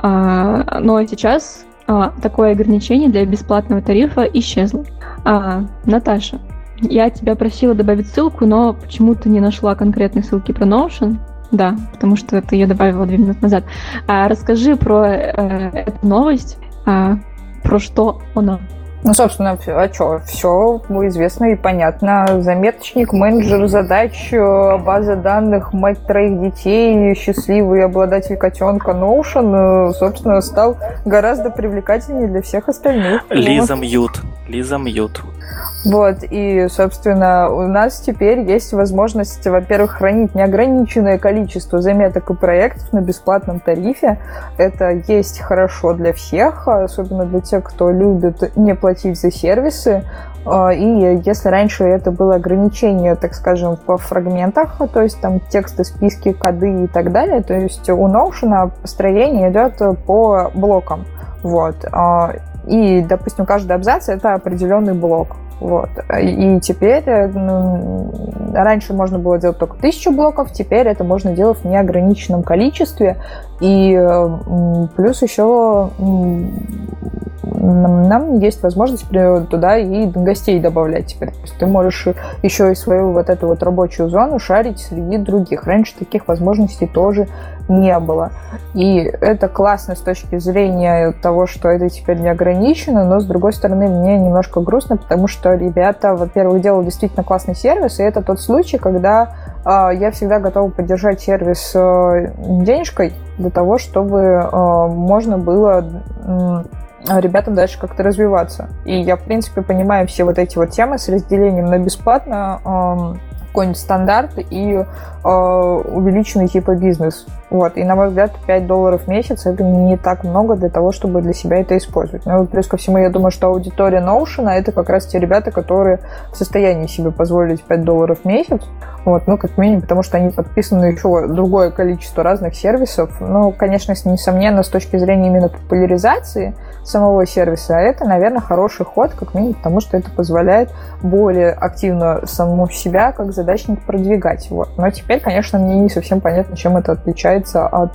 но сейчас такое ограничение для бесплатного тарифа исчезло. Наташа, я тебя просила добавить ссылку, но почему-то не нашла конкретной ссылки про Notion. Да, потому что ты ее добавила 2 минуты назад. Расскажи про эту новость, про что она. Ну, собственно, все известно и понятно. Заметочник, менеджер задач, база данных, мать 3 детей, счастливый обладатель котенка Notion, собственно, стал гораздо привлекательнее для всех остальных. Лиза мьют. Вот, и, собственно, у нас теперь есть возможность, во-первых, хранить неограниченное количество заметок и проектов на бесплатном тарифе. Это есть хорошо для всех, особенно для тех, кто любит не платить за сервисы. И если раньше это было ограничение, так скажем, по фрагментах, то есть там тексты, списки, коды и так далее, то есть у Notion построение идет по блокам. Вот. И, допустим, каждый абзац — это определенный блок. Вот. И теперь, раньше можно было делать только 1000 блоков, теперь это можно делать в неограниченном количестве. И плюс еще нам есть возможность туда и гостей добавлять теперь. То есть ты можешь еще и свою вот эту вот рабочую зону шарить среди других. Раньше таких возможностей тоже не было. И это классно с точки зрения того, что это теперь не ограничено, но, с другой стороны, мне немножко грустно, потому что ребята, во-первых, делают действительно классный сервис, и это тот случай, когда я всегда готова поддержать сервис денежкой для того, чтобы можно было ребятам дальше как-то развиваться. И я, в принципе, понимаю все вот эти вот темы с разделением на бесплатно, какой-нибудь стандарт и увеличенный типа бизнес. Вот. И, на мой взгляд, $5 в месяц это не так много для того, чтобы для себя это использовать. Ну, плюс ко всему, я думаю, что аудитория Notion это как раз те ребята, которые в состоянии себе позволить $5 в месяц. Вот, ну, как минимум, потому что они подписаны еще другое количество разных сервисов. Ну, конечно, несомненно, с точки зрения именно популяризации самого сервиса, это, наверное, хороший ход, как минимум, потому что это позволяет более активно самому себя как задачник продвигать. Вот. Но теперь, конечно, мне не совсем понятно, чем это отличается от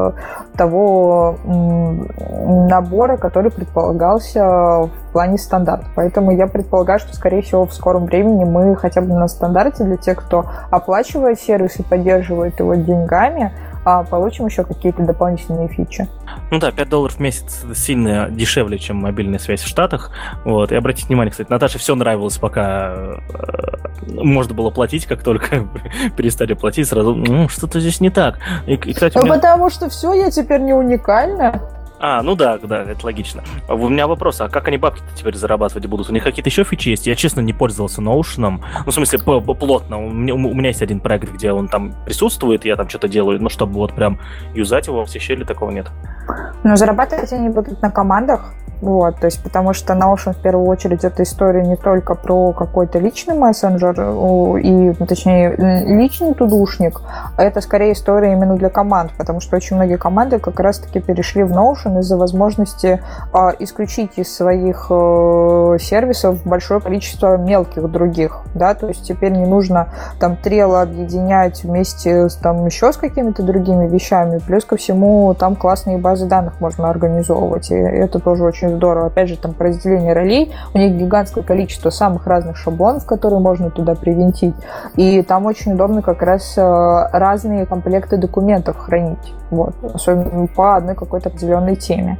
того набора, который предполагался в плане стандарта. Поэтому я предполагаю, что, скорее всего, в скором времени мы хотя бы на стандарте для тех, кто оплачивает сервис и поддерживает его деньгами, получим еще какие-то дополнительные фичи. Ну да, $5 в месяц сильно дешевле, чем мобильная связь в Штатах. Вот. И обратите внимание, кстати, Наташе все нравилось, пока можно было платить, как только перестали платить, сразу, что-то здесь не так. И, кстати, Потому что все, я теперь не уникальна. Ну да, это логично. У меня вопрос, а как они бабки теперь зарабатывать будут? У них какие-то еще фичи есть? Я, честно, не пользовался Notion. Ну, в смысле, плотно. У меня есть один проект, где он там присутствует, я там что-то делаю, но чтобы вот прям юзать его, все щели, такого нет. Но зарабатывать они будут на командах. Вот, то есть, потому что Notion, в первую очередь, это история не только про какой-то личный мессенджер, точнее, личный тудушник, а это скорее история именно для команд, потому что очень многие команды как раз-таки перешли в Notion из-за возможности исключить из своих сервисов большое количество мелких других, да, то есть теперь не нужно там Trello объединять вместе с еще с какими-то другими вещами, плюс ко всему там классные базы данных можно организовывать, и это тоже очень здорово. Опять же, там по разделению ролей у них гигантское количество самых разных шаблонов, которые можно туда привинтить. И там очень удобно как раз разные комплекты документов хранить. Вот. Особенно по одной какой-то определенной теме.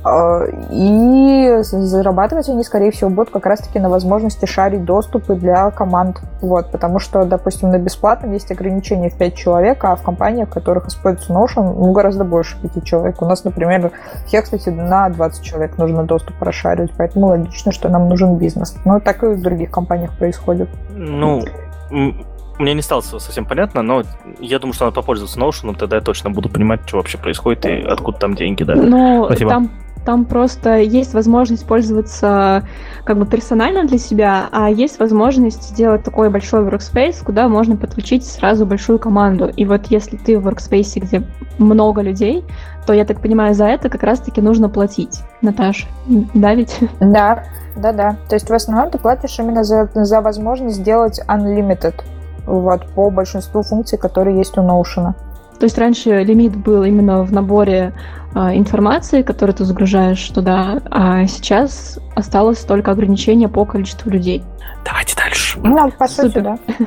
И зарабатывать они, скорее всего, будут как раз-таки на возможности шарить доступы для команд. Вот. Потому что, допустим, на бесплатном есть ограничение в 5 человек, а в компаниях, в которых используется Notion, гораздо больше 5 человек. У нас, например, кстати, на 20 человек нужно доступ расшаривать, поэтому логично, что нам нужен бизнес. Но так и в других компаниях происходит. Ну, мне не стало совсем понятно, но я думаю, что надо попользоваться Notion, тогда я точно буду понимать, что вообще происходит и откуда там деньги, да. Но спасибо. Там просто есть возможность пользоваться как бы персонально для себя, а есть возможность сделать такой большой workspace, куда можно подключить сразу большую команду. И вот если ты в workspace, где много людей, то, я так понимаю, за это как раз-таки нужно платить. Наташа, да ведь? Да. То есть в основном ты платишь именно за возможность сделать unlimited вот, по большинству функций, которые есть у Notion. То есть раньше лимит был именно в наборе информации, которую ты загружаешь туда, а сейчас осталось только ограничение по количеству людей. Давайте дальше. Ну, по сути,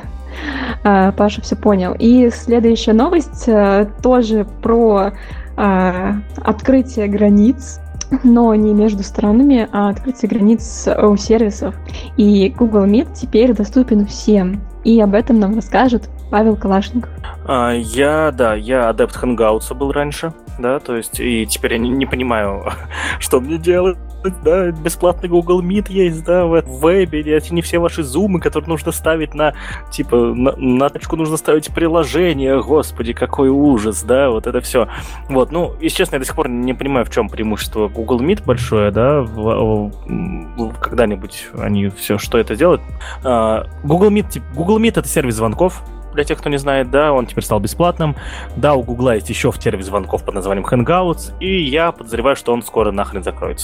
да. Паша все понял. И следующая новость тоже про открытие границ, но не между странами, а открытие границ у сервисов. И Google Meet теперь доступен всем. И об этом нам расскажет Павел Калашников. Я адепт Hangouts был раньше, да, то есть, и теперь я не понимаю, что мне делать, да, бесплатный Google Meet есть, да, в вебе, эти не все ваши зумы, которые нужно ставить на точку нужно ставить приложение, господи, какой ужас, да, вот это все. Вот, ну, если честно, я до сих пор не понимаю, в чем преимущество Google Meet большое, да, когда-нибудь они все, что это делают. Google Meet это сервис звонков, для тех, кто не знает, да, он теперь стал бесплатным. Да, у Гугла есть еще сервис звонков под названием Hangouts, и я подозреваю, что он скоро нахрен закроется.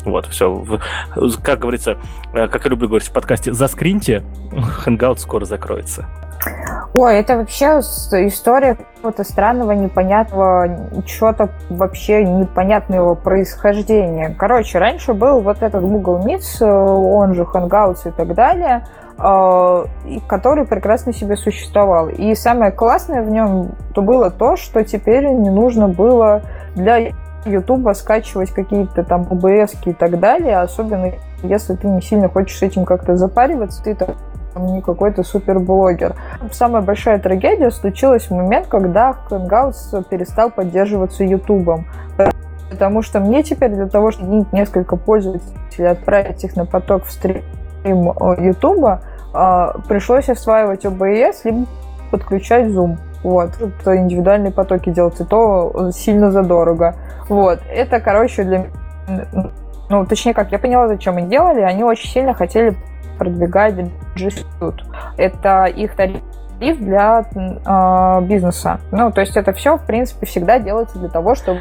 Вот, все. Как говорится, как я люблю говорить в подкасте, заскриньте, Hangout скоро закроется. Ой, это вообще история какого-то странного, непонятного, чего-то вообще непонятного происхождения. Короче, раньше был вот этот Google Meets, он же Hangouts и так далее, который прекрасно себе существовал. И самое классное в нем то было то, что теперь не нужно было для Ютуба скачивать какие-то там OBS и так далее, особенно если ты не сильно хочешь с этим как-то запариваться, ты там не какой-то суперблогер. Самая большая трагедия случилась в момент, когда Hangouts перестал поддерживаться Ютубом. Потому что мне теперь для того, чтобы несколько пользователей отправить их на поток в стрим Ютуба, пришлось осваивать OBS, либо подключать Zoom. Вот. Это индивидуальные потоки делать, и то сильно задорого. Вот. Это, короче, для... Ну, точнее, как я поняла, зачем они делали. Они очень сильно хотели продвигать G Suite. Это их тариф для бизнеса. Ну, то есть это все, в принципе, всегда делается для того, чтобы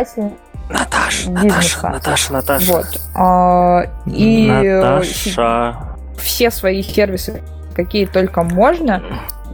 Наташа. Вот. И Наташа. Все свои сервисы, какие только можно.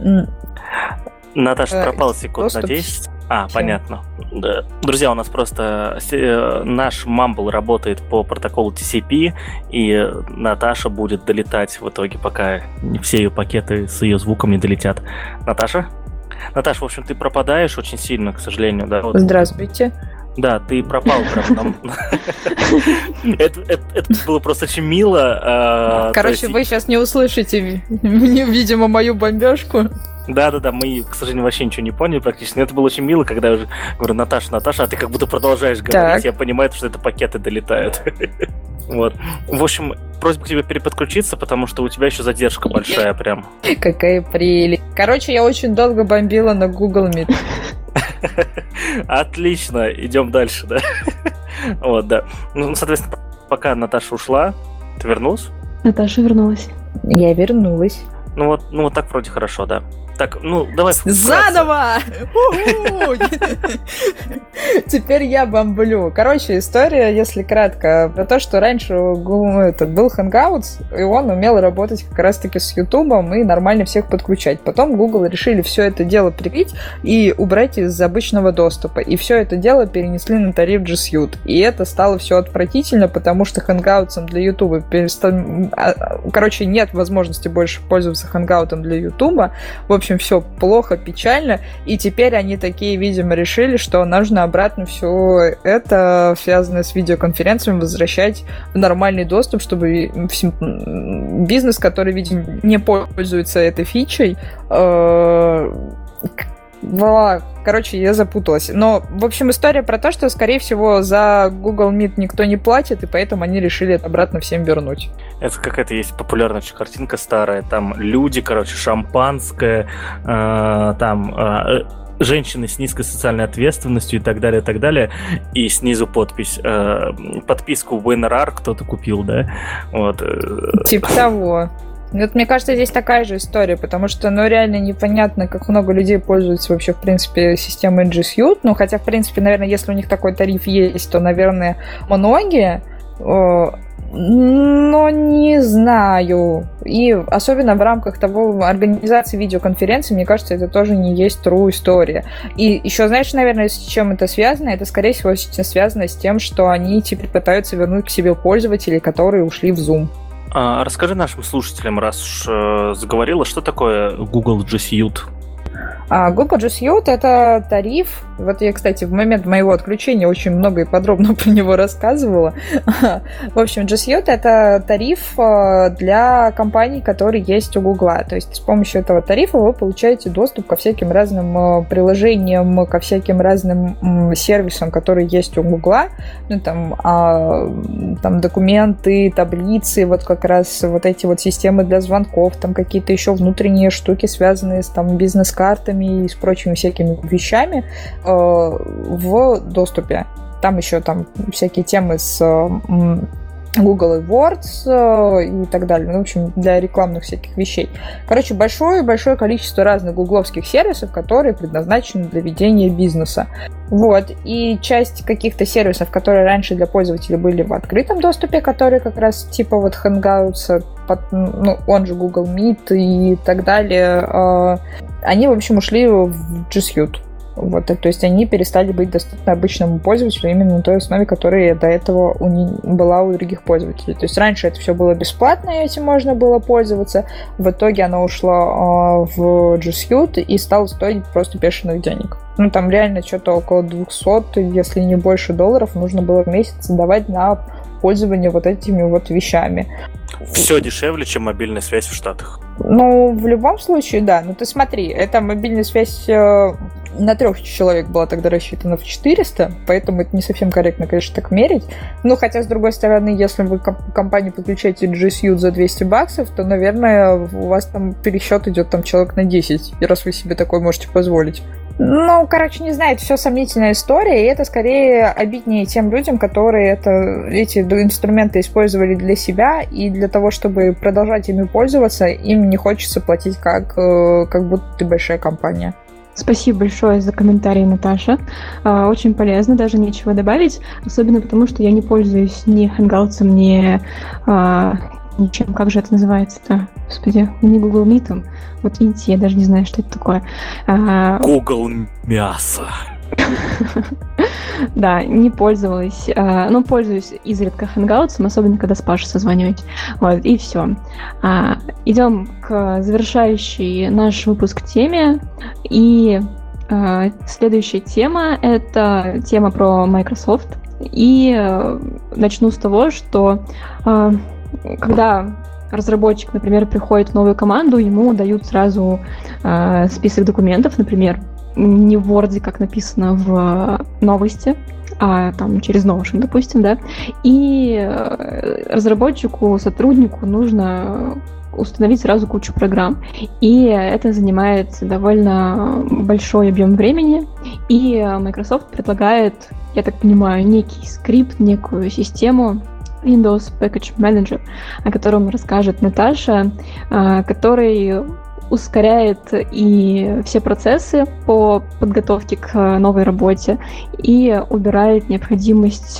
Наташа пропала секунд на 10. Понятно. Да. Друзья, у нас просто наш Mumble работает по протоколу TCP, и Наташа будет долетать в итоге, пока все ее пакеты с ее звуком не долетят. Наташа, в общем, ты пропадаешь очень сильно, к сожалению. Да? Вот. Здравствуйте. Да, ты пропал прям там. Это было просто очень мило. Короче, вы сейчас не услышите, видимо, мою бомбежку. Да, мы, к сожалению, вообще ничего не поняли практически. Но это было очень мило, когда я уже говорю, Наташа, а ты как будто продолжаешь говорить. Так. Я понимаю, что это пакеты долетают. Вот. В общем, просьба к тебе переподключиться, потому что у тебя еще задержка большая прям. Какая прелесть. Короче, я очень долго бомбила на Google Meet. Отлично, идем дальше, да? Вот, да. Ну, соответственно, пока Наташа ушла, ты вернулась? Наташа вернулась. Я вернулась. Ну вот так вроде хорошо, да. Так, давай... Заново! Теперь я бомблю. Короче, история, если кратко, про то, что раньше был Hangouts, и он умел работать как раз-таки с Ютубом и нормально всех подключать. Потом Google решили все это дело прикрыть и убрать из обычного доступа. И все это дело перенесли на тариф G Suite. И это стало все отвратительно, потому что Hangouts для Ютуба нет возможности больше пользоваться Hangouts для Ютуба. В общем, все плохо, печально, и теперь они такие, видимо, решили, что нужно обратно все это, связанное с видеоконференциями, возвращать в нормальный доступ, чтобы бизнес, который, видимо, не пользуется этой фичей, короче, я запуталась. Но, в общем, история про то, что, скорее всего, за Google Meet никто не платит, и поэтому они решили это обратно всем вернуть. Это какая-то есть популярная картинка старая. Там люди, шампанское, женщины с низкой социальной ответственностью и так далее, и снизу подпись. Подписку в NRR кто-то купил, да? Вот. Типа того. Вот, мне кажется, здесь такая же история, потому что, реально непонятно, как много людей пользуются вообще, в принципе, системой G Suite. Хотя, в принципе, наверное, если у них такой тариф есть, то, наверное, многие, но не знаю. И особенно в рамках того организации видеоконференции, мне кажется, это тоже не есть true история. И еще, знаешь, наверное, с чем это связано? Это, скорее всего, связано с тем, что они теперь пытаются вернуть к себе пользователей, которые ушли в Zoom. Расскажи нашим слушателям, раз уж заговорила, что такое Google G Suite? Google G Suite — это тариф. Вот я, кстати, в момент моего отключения очень много и подробно про него рассказывала. В общем, G Suite — это тариф для компаний, которые есть у Google. То есть с помощью этого тарифа вы получаете доступ ко всяким разным приложениям, ко всяким разным сервисам, которые есть у Google. Там документы, таблицы, вот как раз вот эти вот системы для звонков, там какие-то еще внутренние штуки, связанные с бизнес-картами и с прочими всякими вещами в доступе. Там еще всякие темы с Google AdWords и так далее. Ну, в общем, для рекламных всяких вещей. Короче, большое количество разных гугловских сервисов, которые предназначены для ведения бизнеса. Вот. И часть каких-то сервисов, которые раньше для пользователей были в открытом доступе, которые как раз типа вот Hangouts, он же Google Meet и так далее, они, в общем, ушли в G Suite. Вот, то есть они перестали быть доступны обычному пользователю именно на той основе, которая до этого была у других пользователей. То есть раньше это все было бесплатно, и этим можно было пользоваться. В итоге оно ушло в G Suite и стало стоить просто бешеных денег. Ну, там реально что-то около 200, если не больше долларов нужно было в месяц давать на пользование вот этими вот вещами. Все дешевле, чем мобильная связь в Штатах. Ну, в любом случае, да. Ну, ты смотри, эта мобильная связь на 3 человек была тогда рассчитана в 400, поэтому это не совсем корректно, конечно, так мерить. Ну, хотя, с другой стороны, если вы компанию подключаете G Suite за $200, то, наверное, у вас там пересчет идет там человек на 10, раз вы себе такой можете позволить. Ну, короче, не знаю, это все сомнительная история, и это скорее обиднее тем людям, которые эти инструменты использовали для себя, и для того, чтобы продолжать ими пользоваться, им не хочется платить как будто ты большая компания. Спасибо большое за комментарий, Наташа. Очень полезно, даже нечего добавить, особенно потому, что я не пользуюсь ни Hangouts, ни ничем, как же это называется-то? Господи, не Google Meet. Вот видите, я даже не знаю, что это такое. Google мясо. Да, не пользовалась. Но пользуюсь изредка Hangouts, особенно когда с Пашей созваниваюсь. Вот, и все. Идем к завершающей наш выпуск теме. И следующая тема — это тема про Microsoft. И начну с того, что когда разработчик, например, приходит в новую команду, ему дают сразу список документов, например, не в Word, как написано в новости, а там через Notion, допустим, да, и разработчику, сотруднику нужно установить сразу кучу программ, и это занимает довольно большой объем времени, и Microsoft предлагает, я так понимаю, некий скрипт, некую систему Windows Package Manager, о котором расскажет Наташа, который ускоряет и все процессы по подготовке к новой работе и убирает необходимость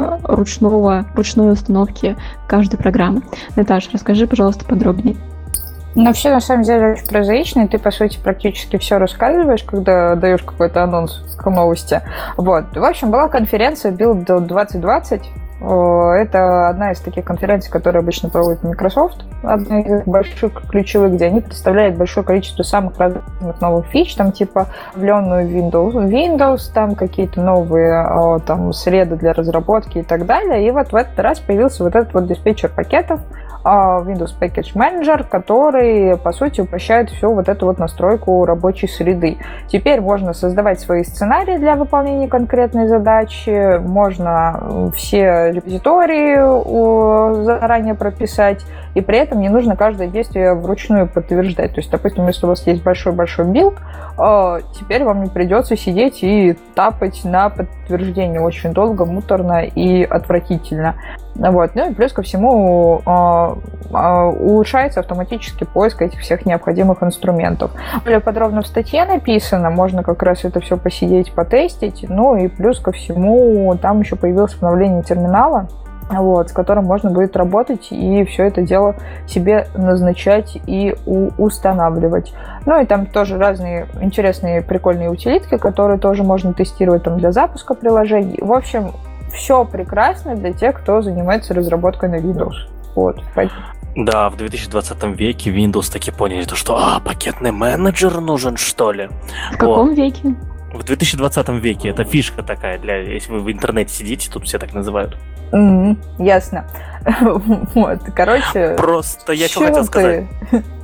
ручной установки каждой программы. Наташа, расскажи, пожалуйста, подробнее. Ну, все на самом деле очень прозаично, и ты, по сути, практически все рассказываешь, когда даешь какой-то анонс к новости. Вот. В общем, была конференция Build 2020. Это одна из таких конференций, которые обычно проводит Microsoft, одна из больших ключевых, где они представляют большое количество самых разных новых фич, там типа обновленную Windows, там какие-то новые там среды для разработки и так далее. И вот в этот раз появился вот этот вот диспетчер пакетов, Windows Package Manager, который, по сути, упрощает всю вот эту вот настройку рабочей среды. Теперь можно создавать свои сценарии для выполнения конкретной задачи, можно все репозитории заранее прописать, и при этом не нужно каждое действие вручную подтверждать. То есть, допустим, если у вас есть большой-большой билд, теперь вам не придется сидеть и тапать на подтверждение очень долго, муторно и отвратительно. Вот. Ну и плюс ко всему улучшается автоматический поиск этих всех необходимых инструментов. Более подробно в статье написано, можно как раз это все посидеть, потестить. Ну и плюс ко всему там еще появилось обновление терминала, вот, с которым можно будет работать и все это дело себе назначать и устанавливать. Ну и там тоже разные интересные прикольные утилитки, которые тоже можно тестировать там для запуска приложений. В общем, все прекрасно для тех, кто занимается разработкой на Windows. Вот. Да, в 2020 веке Windows таки поняли, что пакетный менеджер нужен, что ли? В каком веке? В 2020 веке. Это фишка такая, если вы в интернете сидите, тут все так называют. Ясно. Вот, короче... Просто я что хотел сказать.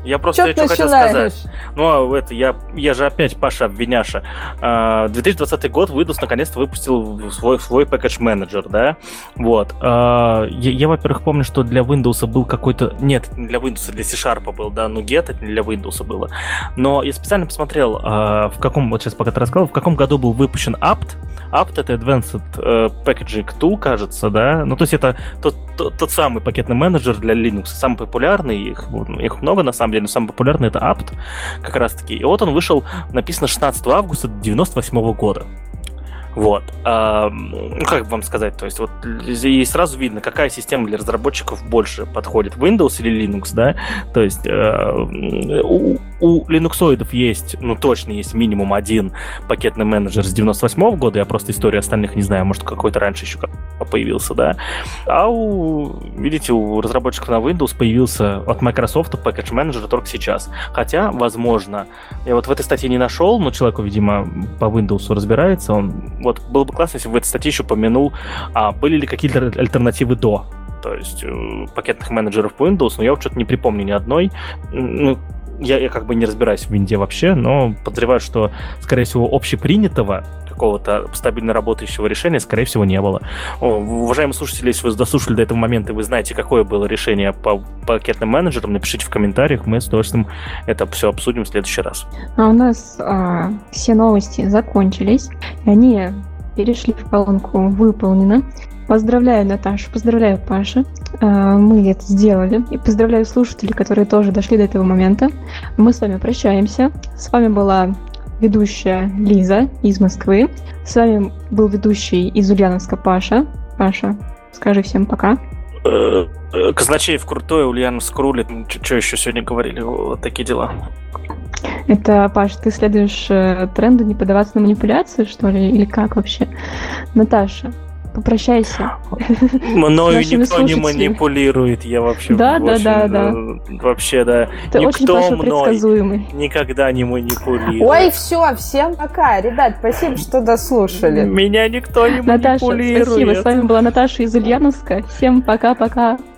Я просто что хотел сказать. Ну, это я же опять Паша обвиняша. 2020 год Windows наконец-то выпустил свой package manager, да? Вот. Я, во-первых, помню, что для Windows был какой-то... Нет, не для Windows, для C-Sharp был, да, NuGet, это не для Windows было. Но я специально посмотрел, в каком, вот сейчас пока ты рассказал, в каком году был выпущен apt. apt — это Advanced Packaging Tool, кажется, да? Ну, то есть это тот самый пакетный менеджер для Linux, самый популярный, их много на самом деле, но самый популярный это apt как раз-таки. И вот он вышел, написано 16 августа 1998 года. Вот. Как вам сказать, то есть вот и сразу видно, какая система для разработчиков больше подходит, Windows или Linux, да? То есть у линуксоидов есть, ну точно есть минимум один пакетный менеджер с 98 года, я просто историю остальных не знаю, может какой-то раньше еще появился, да? А видите, у разработчиков на Windows появился от Microsoft Package Manager только сейчас. Хотя, возможно, я вот в этой статье не нашел, но человек, видимо, по Windows разбирается, вот было бы классно, если бы в этой статье еще упомянул, были ли какие-то альтернативы до, то есть пакетных менеджеров по Windows, но я вот что-то не припомню ни одной. Ну, я как бы не разбираюсь в винде вообще, но подозреваю, что, скорее всего, общепринятого какого-то стабильно работающего решения, скорее всего, не было. Уважаемые слушатели, если вы дослушали до этого момента, и вы знаете, какое было решение по пакетным менеджерам, напишите в комментариях, мы с удовольствием это все обсудим в следующий раз. А у нас все новости закончились, и они перешли в колонку «Выполнено». Поздравляю Наташу, поздравляю Паша. Мы это сделали. И поздравляю слушателей, которые тоже дошли до этого момента. Мы с вами прощаемся. С вами была ведущая Лиза из Москвы. С вами был ведущий из Ульяновска Паша. Паша, скажи всем пока. Казначеев крутой, Ульяновск рулит. Что еще сегодня говорили? Вот такие дела. Это, Паш, ты следуешь тренду не поддаваться на манипуляции, что ли? Или как вообще? Наташа, попрощайся. Мною никто не манипулирует, я вообще... Да. Вообще, да. Ты очень, Паша, предсказуемый. Никогда не манипулирует. Ой, все, всем пока. Ребят, спасибо, что дослушали. Меня никто не манипулирует. Наташа, спасибо. С вами была Наташа из Ульяновска. Всем пока-пока.